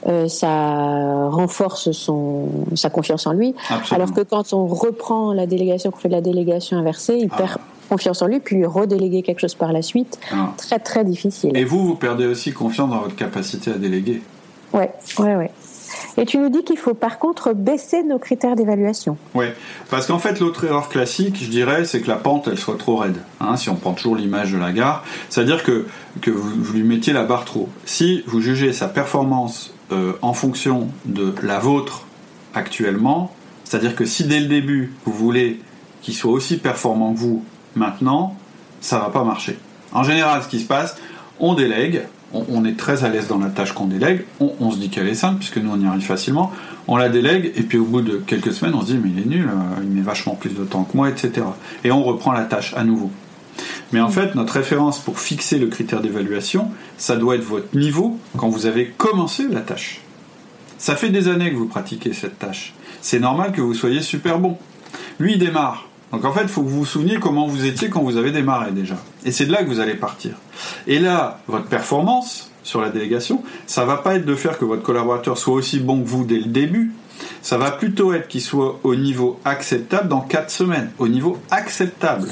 ça renforce sa confiance en lui. Absolument. Alors que quand on reprend la délégation, qu'on fait de la délégation inversée, il perd confiance en lui, puis lui redéléguer quelque chose par la suite, très très difficile. Et vous perdez aussi confiance dans votre capacité à déléguer. Ouais. Et tu nous dis qu'il faut par contre baisser nos critères d'évaluation. Oui, parce qu'en fait l'autre erreur classique, je dirais, c'est que la pente elle soit trop raide. Si on prend toujours l'image de la gare, c'est-à-dire que vous lui mettiez la barre trop. Si vous jugez sa performance en fonction de la vôtre actuellement, c'est-à-dire que si dès le début vous voulez qu'il soit aussi performant que vous maintenant, ça va pas marcher. En général, ce qui se passe, on délègue. On est très à l'aise dans la tâche qu'on délègue, on se dit qu'elle est simple, puisque nous on y arrive facilement, on la délègue, et puis au bout de quelques semaines, on se dit mais il est nul, il met vachement plus de temps que moi, etc. Et on reprend la tâche à nouveau. Mais en fait, notre référence pour fixer le critère d'évaluation, ça doit être votre niveau quand vous avez commencé la tâche. Ça fait des années que vous pratiquez cette tâche. C'est normal que vous soyez super bon. Lui, il démarre. Donc en fait, il faut que vous vous souveniez comment vous étiez quand vous avez démarré déjà. Et c'est de là que vous allez partir. Et là, votre performance sur la délégation, ça va pas être de faire que votre collaborateur soit aussi bon que vous dès le début. Ça va plutôt être qu'il soit au niveau acceptable dans 4 semaines. Au niveau acceptable.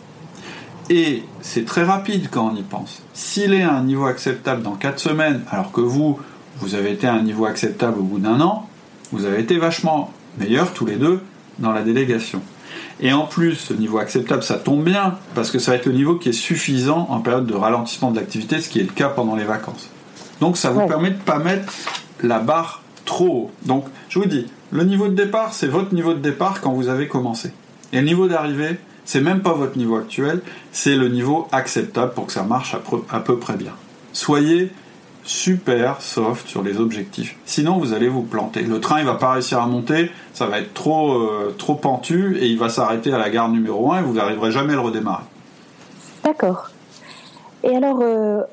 Et c'est très rapide quand on y pense. S'il est à un niveau acceptable dans 4 semaines, alors que vous avez été à un niveau acceptable au bout d'1 an, vous avez été vachement meilleurs tous les deux dans la délégation. Et en plus, ce niveau acceptable, ça tombe bien, parce que ça va être le niveau qui est suffisant en période de ralentissement de l'activité, ce qui est le cas pendant les vacances. Donc ça vous permet de ne pas mettre la barre trop haut. Donc je vous dis, le niveau de départ, c'est votre niveau de départ quand vous avez commencé. Et le niveau d'arrivée, c'est même pas votre niveau actuel, c'est le niveau acceptable pour que ça marche à peu près bien. Soyez super soft sur les objectifs. Sinon, vous allez vous planter. Le train, il va pas réussir à monter, ça va être trop pentu et il va s'arrêter à la gare numéro 1 et vous n'arriverez jamais à le redémarrer. D'accord. Et alors,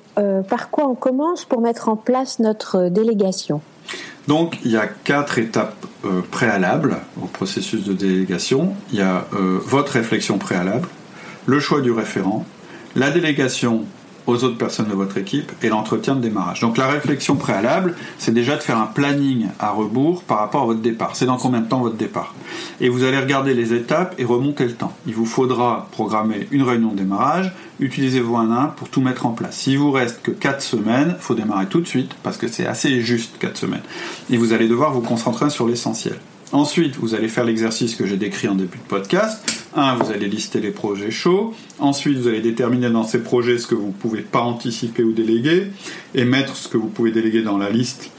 par quoi on commence pour mettre en place notre délégation ? Donc, il y a 4 étapes préalables au processus de délégation. Il y a votre réflexion préalable, le choix du référent, la délégation aux autres personnes de votre équipe et l'entretien de démarrage. Donc la réflexion préalable, c'est déjà de faire un planning à rebours par rapport à votre départ. C'est dans combien de temps votre départ ? Et vous allez regarder les étapes et remonter le temps. Il vous faudra programmer une réunion de démarrage, utilisez vos 1 à 1 pour tout mettre en place. S'il vous reste que 4 semaines, il faut démarrer tout de suite parce que c'est assez juste 4 semaines. Et vous allez devoir vous concentrer sur l'essentiel. Ensuite, vous allez faire l'exercice que j'ai décrit en début de podcast. 1, vous allez lister les projets chauds. Ensuite, vous allez déterminer dans ces projets ce que vous ne pouvez pas anticiper ou déléguer et mettre ce que vous pouvez déléguer dans la liste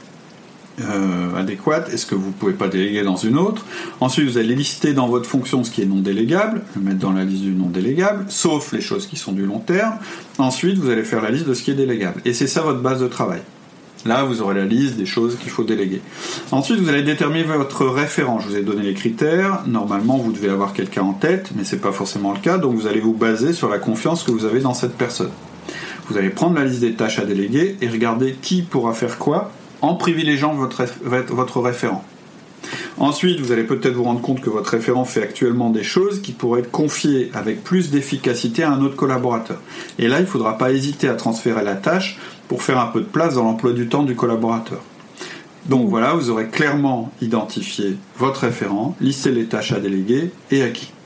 adéquate et ce que vous ne pouvez pas déléguer dans une autre. Ensuite, vous allez lister dans votre fonction ce qui est non délégable, le mettre dans la liste du non délégable, sauf les choses qui sont du long terme. Ensuite, vous allez faire la liste de ce qui est délégable. Et c'est ça votre base de travail. Là, vous aurez la liste des choses qu'il faut déléguer. Ensuite, vous allez déterminer votre référent. Je vous ai donné les critères. Normalement, vous devez avoir quelqu'un en tête, mais ce n'est pas forcément le cas. Donc, vous allez vous baser sur la confiance que vous avez dans cette personne. Vous allez prendre la liste des tâches à déléguer et regarder qui pourra faire quoi en privilégiant votre référent. Ensuite, vous allez peut-être vous rendre compte que votre référent fait actuellement des choses qui pourraient être confiées avec plus d'efficacité à un autre collaborateur. Et là, il ne faudra pas hésiter à transférer la tâche pour faire un peu de place dans l'emploi du temps du collaborateur. Donc voilà, vous aurez clairement identifié votre référent, listé les tâches à déléguer et à qui.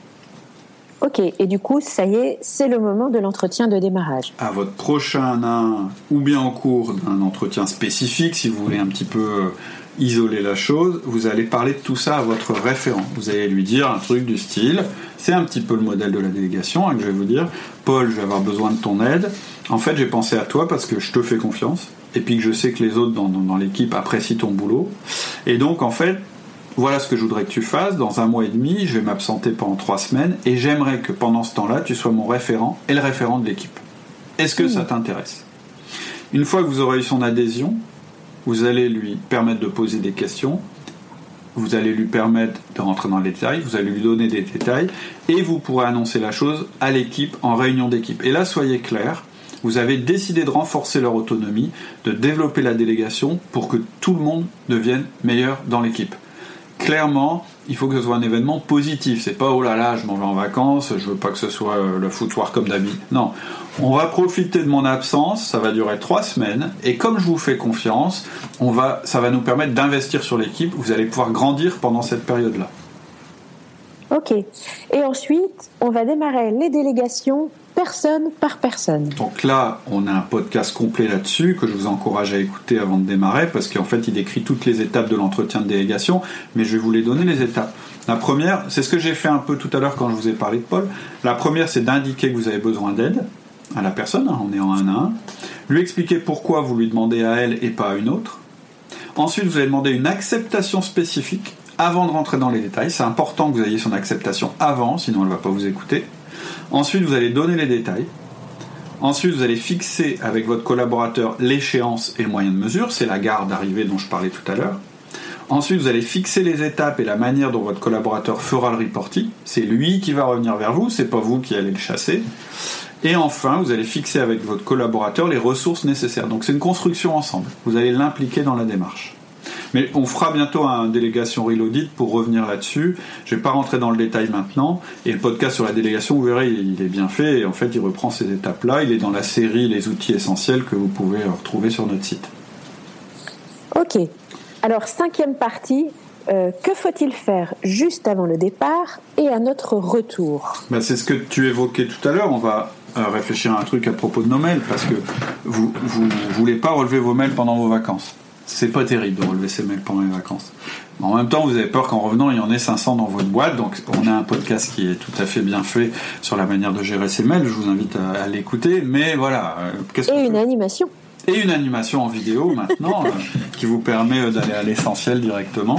Ok, et du coup, ça y est, c'est le moment de l'entretien de démarrage. À votre prochain ou bien en cours d'un entretien spécifique, si vous voulez un petit peu isoler la chose, vous allez parler de tout ça à votre référent. Vous allez lui dire un truc du style, c'est un petit peu le modèle de la délégation, que je vais vous dire, Paul, je vais avoir besoin de ton aide. En fait, j'ai pensé à toi parce que je te fais confiance, et puis que je sais que les autres dans l'équipe apprécient ton boulot. Et donc, en fait, voilà ce que je voudrais que tu fasses. Dans 1 mois et demi, je vais m'absenter pendant 3 semaines, et j'aimerais que pendant ce temps-là, tu sois mon référent et le référent de l'équipe. Est-ce que ça t'intéresse ? Une fois que vous aurez eu son adhésion, vous allez lui permettre de poser des questions, vous allez lui permettre de rentrer dans les détails, vous allez lui donner des détails, et vous pourrez annoncer la chose à l'équipe en réunion d'équipe. Et là, soyez clair, Vous avez décidé de renforcer leur autonomie, de développer la délégation pour que tout le monde devienne meilleur dans l'équipe. Clairement, il faut que ce soit un événement positif. C'est pas « oh là là, je m'en vais en vacances, je veux pas que ce soit le foutoir comme d'habitude ». Non, on va profiter de mon absence, ça va durer 3 semaines, et comme je vous fais confiance, ça va nous permettre d'investir sur l'équipe. Vous allez pouvoir grandir pendant cette période-là. Ok. Et ensuite, on va démarrer les délégations personne par personne. Donc là, on a un podcast complet là-dessus que je vous encourage à écouter avant de démarrer parce qu'en fait, il décrit toutes les étapes de l'entretien de délégation, mais je vais vous les donner les étapes. La première, c'est ce que j'ai fait un peu tout à l'heure quand je vous ai parlé de Paul. La première, c'est d'indiquer que vous avez besoin d'aide à la personne, on est en 1 à 1. Lui expliquer pourquoi vous lui demandez à elle et pas à une autre. Ensuite, vous allez demander une acceptation spécifique avant de rentrer dans les détails. C'est important que vous ayez son acceptation avant, sinon elle ne va pas vous écouter. Ensuite, vous allez donner les détails. Ensuite, vous allez fixer avec votre collaborateur l'échéance et le moyen de mesure. C'est la gare d'arrivée dont je parlais tout à l'heure. Ensuite, vous allez fixer les étapes et la manière dont votre collaborateur fera le reporting. C'est lui qui va revenir vers vous, c'est pas vous qui allez le chasser. Et enfin, vous allez fixer avec votre collaborateur les ressources nécessaires. Donc c'est une construction ensemble. Vous allez l'impliquer dans la démarche. Mais on fera bientôt un délégation Reloaded pour revenir là-dessus. Je ne vais pas rentrer dans le détail maintenant. Et le podcast sur la délégation, vous verrez, il est bien fait. Et en fait, il reprend ces étapes-là. Il est dans la série Les outils essentiels que vous pouvez retrouver sur notre site. Ok. Alors, 5e partie. Que faut-il faire juste avant le départ et à notre retour ? C'est ce que tu évoquais tout à l'heure. On va réfléchir à un truc à propos de nos mails parce que vous voulez pas relever vos mails pendant vos vacances. C'est pas terrible de relever ses mails pendant les vacances. En même temps, vous avez peur qu'en revenant, il y en ait 500 dans votre boîte. Donc, on a un podcast qui est tout à fait bien fait sur la manière de gérer ses mails. Je vous invite à l'écouter. Mais voilà. Et une animation. Et une animation en vidéo maintenant qui vous permet d'aller à l'essentiel directement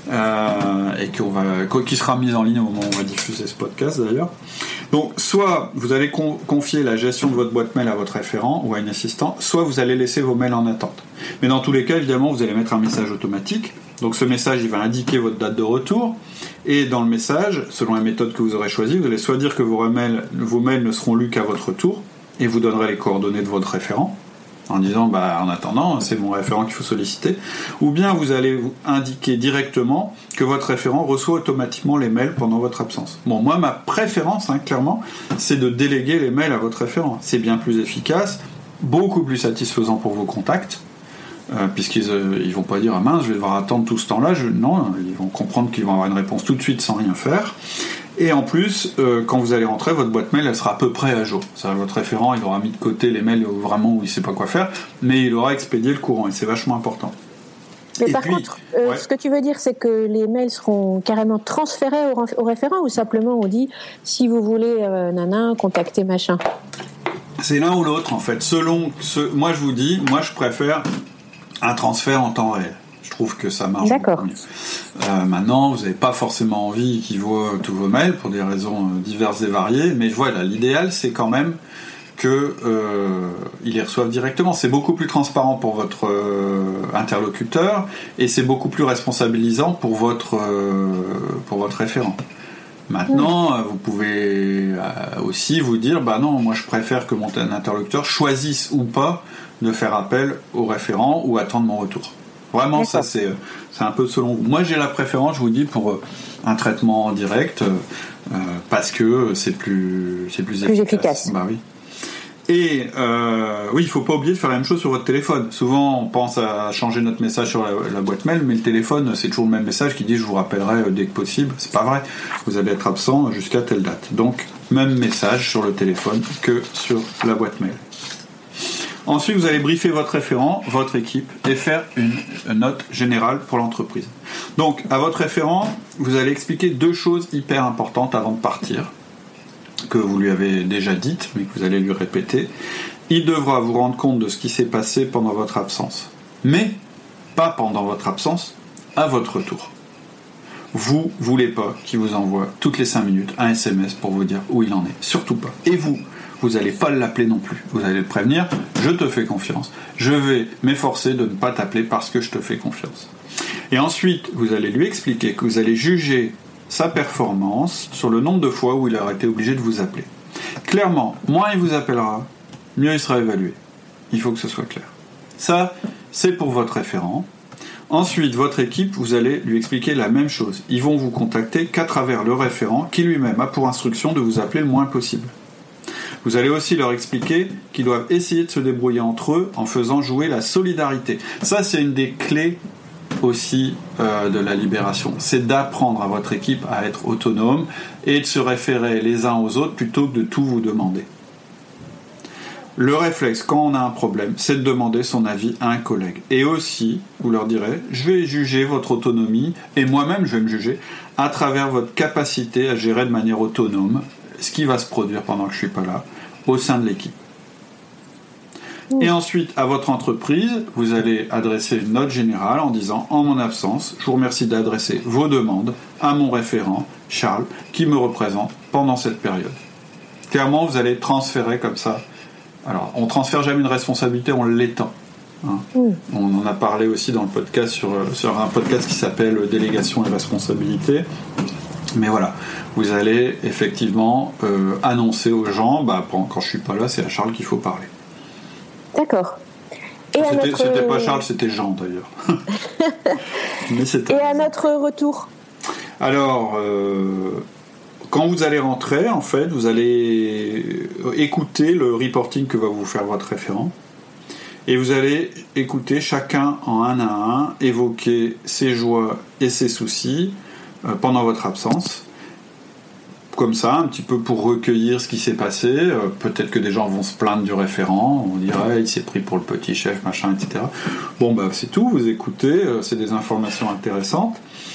et qui sera mise en ligne au moment où on va diffuser ce podcast d'ailleurs. Donc soit vous allez confier la gestion de votre boîte mail à votre référent ou à un assistant, soit vous allez laisser vos mails en attente. Mais dans tous les cas, évidemment, vous allez mettre un message automatique. Donc ce message, il va indiquer votre date de retour. Et dans le message, selon la méthode que vous aurez choisie, vous allez soit dire que vos mails ne seront lus qu'à votre retour et vous donnerez les coordonnées de votre référent en disant en attendant c'est mon référent qu'il faut solliciter, ou bien vous allez vous indiquer directement que votre référent reçoit automatiquement les mails pendant votre absence. Bon, moi ma préférence clairement c'est de déléguer les mails à votre référent. C'est bien plus efficace, beaucoup plus satisfaisant pour vos contacts, puisqu'ils vont pas dire ah mince je vais devoir attendre tout ce temps-là. Non, ils vont comprendre qu'ils vont avoir une réponse tout de suite sans rien faire. Et en plus, quand vous allez rentrer, votre boîte mail, elle sera à peu près à jour. Ça, votre référent, il aura mis de côté les mails vraiment où il ne sait pas quoi faire, mais il aura expédié le courant, et c'est vachement important. Mais par contre, ce que tu veux dire, c'est que les mails seront carrément transférés au référent, ou simplement on dit, si vous voulez, contactez machin. C'est l'un ou l'autre, en fait. Moi, je vous dis, je préfère un transfert en temps réel. Je trouve que ça marche beaucoup mieux. Maintenant, vous n'avez pas forcément envie qu'ils voient tous vos mails pour des raisons diverses et variées, mais voilà, l'idéal c'est quand même qu'ils les reçoivent directement. C'est beaucoup plus transparent pour votre interlocuteur et c'est beaucoup plus responsabilisant pour votre référent. Maintenant, vous pouvez aussi vous dire, non, moi je préfère que mon interlocuteur choisisse ou pas de faire appel au référent ou attendre mon retour. Vraiment, ça c'est un peu selon vous. Moi j'ai la préférence, je vous dis, pour un traitement en direct parce que c'est plus efficace. Oui. Et il faut pas oublier de faire la même chose sur votre téléphone. Souvent on pense à changer notre message sur la boîte mail, mais le téléphone c'est toujours le même message qui dit je vous rappellerai dès que possible. C'est pas vrai. Vous allez être absent jusqu'à telle date. Donc même message sur le téléphone que sur la boîte mail. Ensuite, vous allez briefer votre référent, votre équipe, et faire une note générale pour l'entreprise. Donc, à votre référent, vous allez expliquer 2 choses hyper importantes avant de partir, que vous lui avez déjà dites, mais que vous allez lui répéter. Il devra vous rendre compte de ce qui s'est passé pendant votre absence. Mais, pas pendant votre absence, à votre retour. Vous voulez pas qu'il vous envoie toutes les 5 minutes un SMS pour vous dire où il en est. Surtout pas. Et vous n'allez pas l'appeler non plus. Vous allez le prévenir, je te fais confiance. Je vais m'efforcer de ne pas t'appeler parce que je te fais confiance. Et ensuite, vous allez lui expliquer que vous allez juger sa performance sur le nombre de fois où il aura été obligé de vous appeler. Clairement, moins il vous appellera, mieux il sera évalué. Il faut que ce soit clair. Ça, c'est pour votre référent. Ensuite, votre équipe, vous allez lui expliquer la même chose. Ils vont vous contacter qu'à travers le référent qui lui-même a pour instruction de vous appeler le moins possible. Vous allez aussi leur expliquer qu'ils doivent essayer de se débrouiller entre eux en faisant jouer la solidarité. Ça, c'est une des clés aussi de la libération. C'est d'apprendre à votre équipe à être autonome et de se référer les uns aux autres plutôt que de tout vous demander. Le réflexe, quand on a un problème, c'est de demander son avis à un collègue. Et aussi, vous leur direz, je vais juger votre autonomie, et moi-même je vais me juger, à travers votre capacité à gérer de manière autonome ce qui va se produire pendant que je ne suis pas là, au sein de l'équipe. Et ensuite, à votre entreprise, vous allez adresser une note générale en disant, en mon absence, je vous remercie d'adresser vos demandes à mon référent, Charles, qui me représente pendant cette période. Clairement, vous allez transférer comme ça. Alors, on ne transfère jamais une responsabilité, on l'étend. Hein. On en a parlé aussi dans le podcast sur un podcast qui s'appelle Délégation et responsabilité. Mais voilà, vous allez effectivement annoncer aux gens, quand je ne suis pas là, c'est à Charles qu'il faut parler. D'accord. C'était pas Charles, c'était Jean d'ailleurs. Mais c'était... Et à notre retour. Alors... quand vous allez rentrer, en fait, vous allez écouter le reporting que va vous faire votre référent et vous allez écouter chacun en un à un évoquer ses joies et ses soucis pendant votre absence. Comme ça, un petit peu pour recueillir ce qui s'est passé. Peut-être que des gens vont se plaindre du référent, on dirait il s'est pris pour le petit chef, machin, etc. Bon, c'est tout, vous écoutez, c'est des informations intéressantes.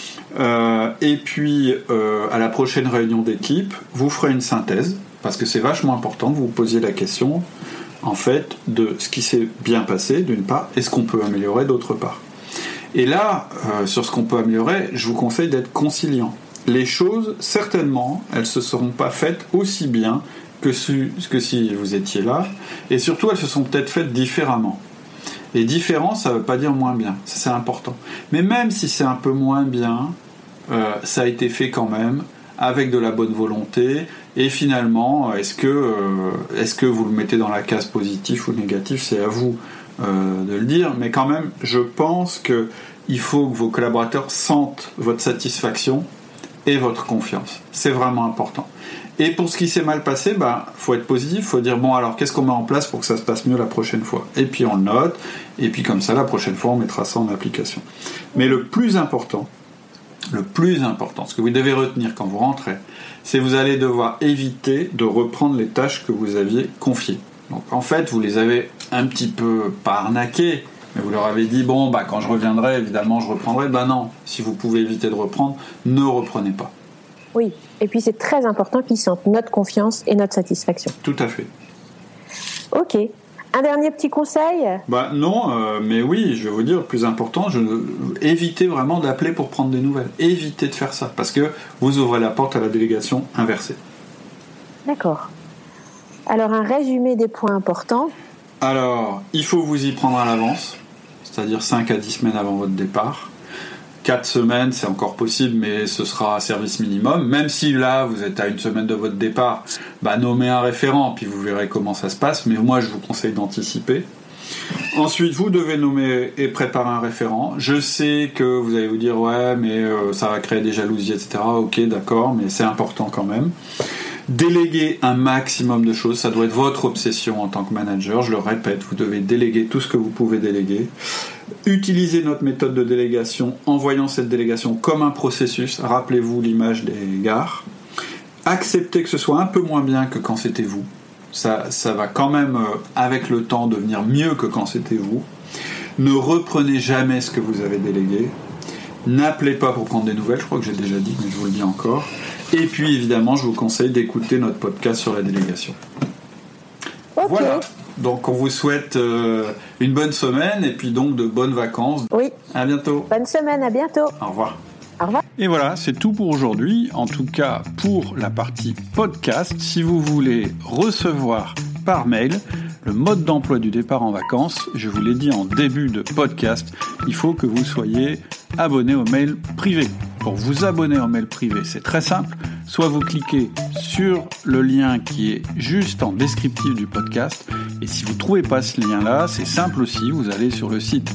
Et puis à la prochaine réunion d'équipe, vous ferez une synthèse, parce que c'est vachement important que vous vous posiez la question en fait de ce qui s'est bien passé d'une part et ce qu'on peut améliorer d'autre part. Et là, sur ce qu'on peut améliorer, je vous conseille d'être conciliant. Les choses, certainement, elles se seront pas faites aussi bien que si vous étiez là, et surtout elles se sont peut-être faites différemment. Et différent, ça ne veut pas dire moins bien, ça c'est important. Mais même si c'est un peu moins bien, ça a été fait quand même, avec de la bonne volonté, et finalement, est-ce que vous le mettez dans la case positif ou négatif, c'est à vous de le dire, mais quand même, je pense qu'il faut que vos collaborateurs sentent votre satisfaction et votre confiance. C'est vraiment important. Et pour ce qui s'est mal passé, faut être positif, il faut dire alors qu'est-ce qu'on met en place pour que ça se passe mieux la prochaine fois. Et puis on le note, et puis comme ça la prochaine fois on mettra ça en application. Mais le plus important, ce que vous devez retenir quand vous rentrez, c'est que vous allez devoir éviter de reprendre les tâches que vous aviez confiées. Donc en fait vous les avez un petit peu pas arnaquées, mais vous leur avez dit quand je reviendrai évidemment je reprendrai. Non, si vous pouvez éviter de reprendre, ne reprenez pas. Oui, et puis c'est très important qu'ils sentent notre confiance et notre satisfaction. Tout à fait. Ok. Un dernier petit conseil ? Non, mais oui, je vais vous dire, le plus important, évitez vraiment d'appeler pour prendre des nouvelles. Évitez de faire ça, parce que vous ouvrez la porte à la délégation inversée. D'accord. Alors, un résumé des points importants. Alors, il faut vous y prendre à l'avance, c'est-à-dire 5 à 10 semaines avant votre départ. 4 semaines, c'est encore possible, mais ce sera un service minimum. Même si là, vous êtes à 1 semaine de votre départ, nommez un référent, puis vous verrez comment ça se passe. Mais moi, je vous conseille d'anticiper. Ensuite, vous devez nommer et préparer un référent. Je sais que vous allez vous dire, ouais, mais ça va créer des jalousies, etc. Ok, d'accord, mais c'est important quand même. Déléguer un maximum de choses, ça doit être votre obsession en tant que manager. Je le répète, vous devez déléguer tout ce que vous pouvez déléguer. Utilisez notre méthode de délégation en voyant cette délégation comme un processus. Rappelez-vous l'image des gares. Acceptez que ce soit un peu moins bien que quand c'était vous. Ça va quand même, avec le temps, devenir mieux que quand c'était vous. Ne reprenez jamais ce que vous avez délégué. N'appelez pas pour prendre des nouvelles, je crois que j'ai déjà dit, mais je vous le dis encore. Et puis, évidemment, je vous conseille d'écouter notre podcast sur la délégation. Okay. Voilà. Donc, on vous souhaite une bonne semaine et puis donc de bonnes vacances. Oui. À bientôt. Bonne semaine, à bientôt. Au revoir. Au revoir. Et voilà, c'est tout pour aujourd'hui. En tout cas, pour la partie podcast, si vous voulez recevoir par mail le mode d'emploi du départ en vacances, je vous l'ai dit en début de podcast, il faut que vous soyez abonné au mail privé. Pour vous abonner au mail privé, c'est très simple. Soit vous cliquez sur le lien qui est juste en descriptif du podcast Et si vous ne trouvez pas ce lien-là, c'est simple aussi, vous allez sur le site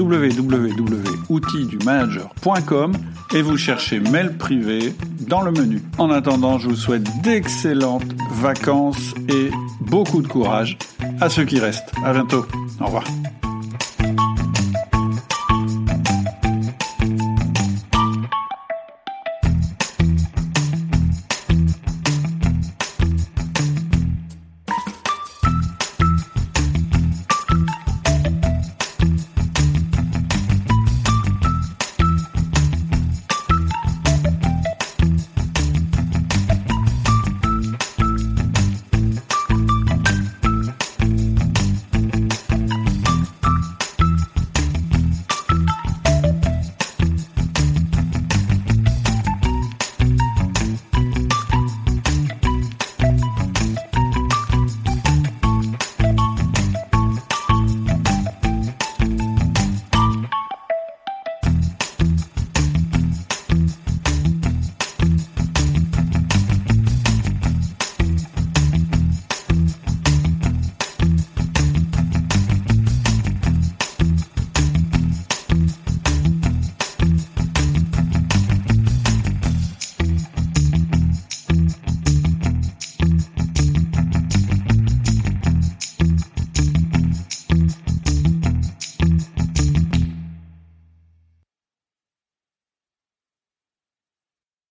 www.outildumanager.com et vous cherchez mail privé dans le menu. En attendant, je vous souhaite d'excellentes vacances et beaucoup de courage à ceux qui restent. À bientôt. Au revoir.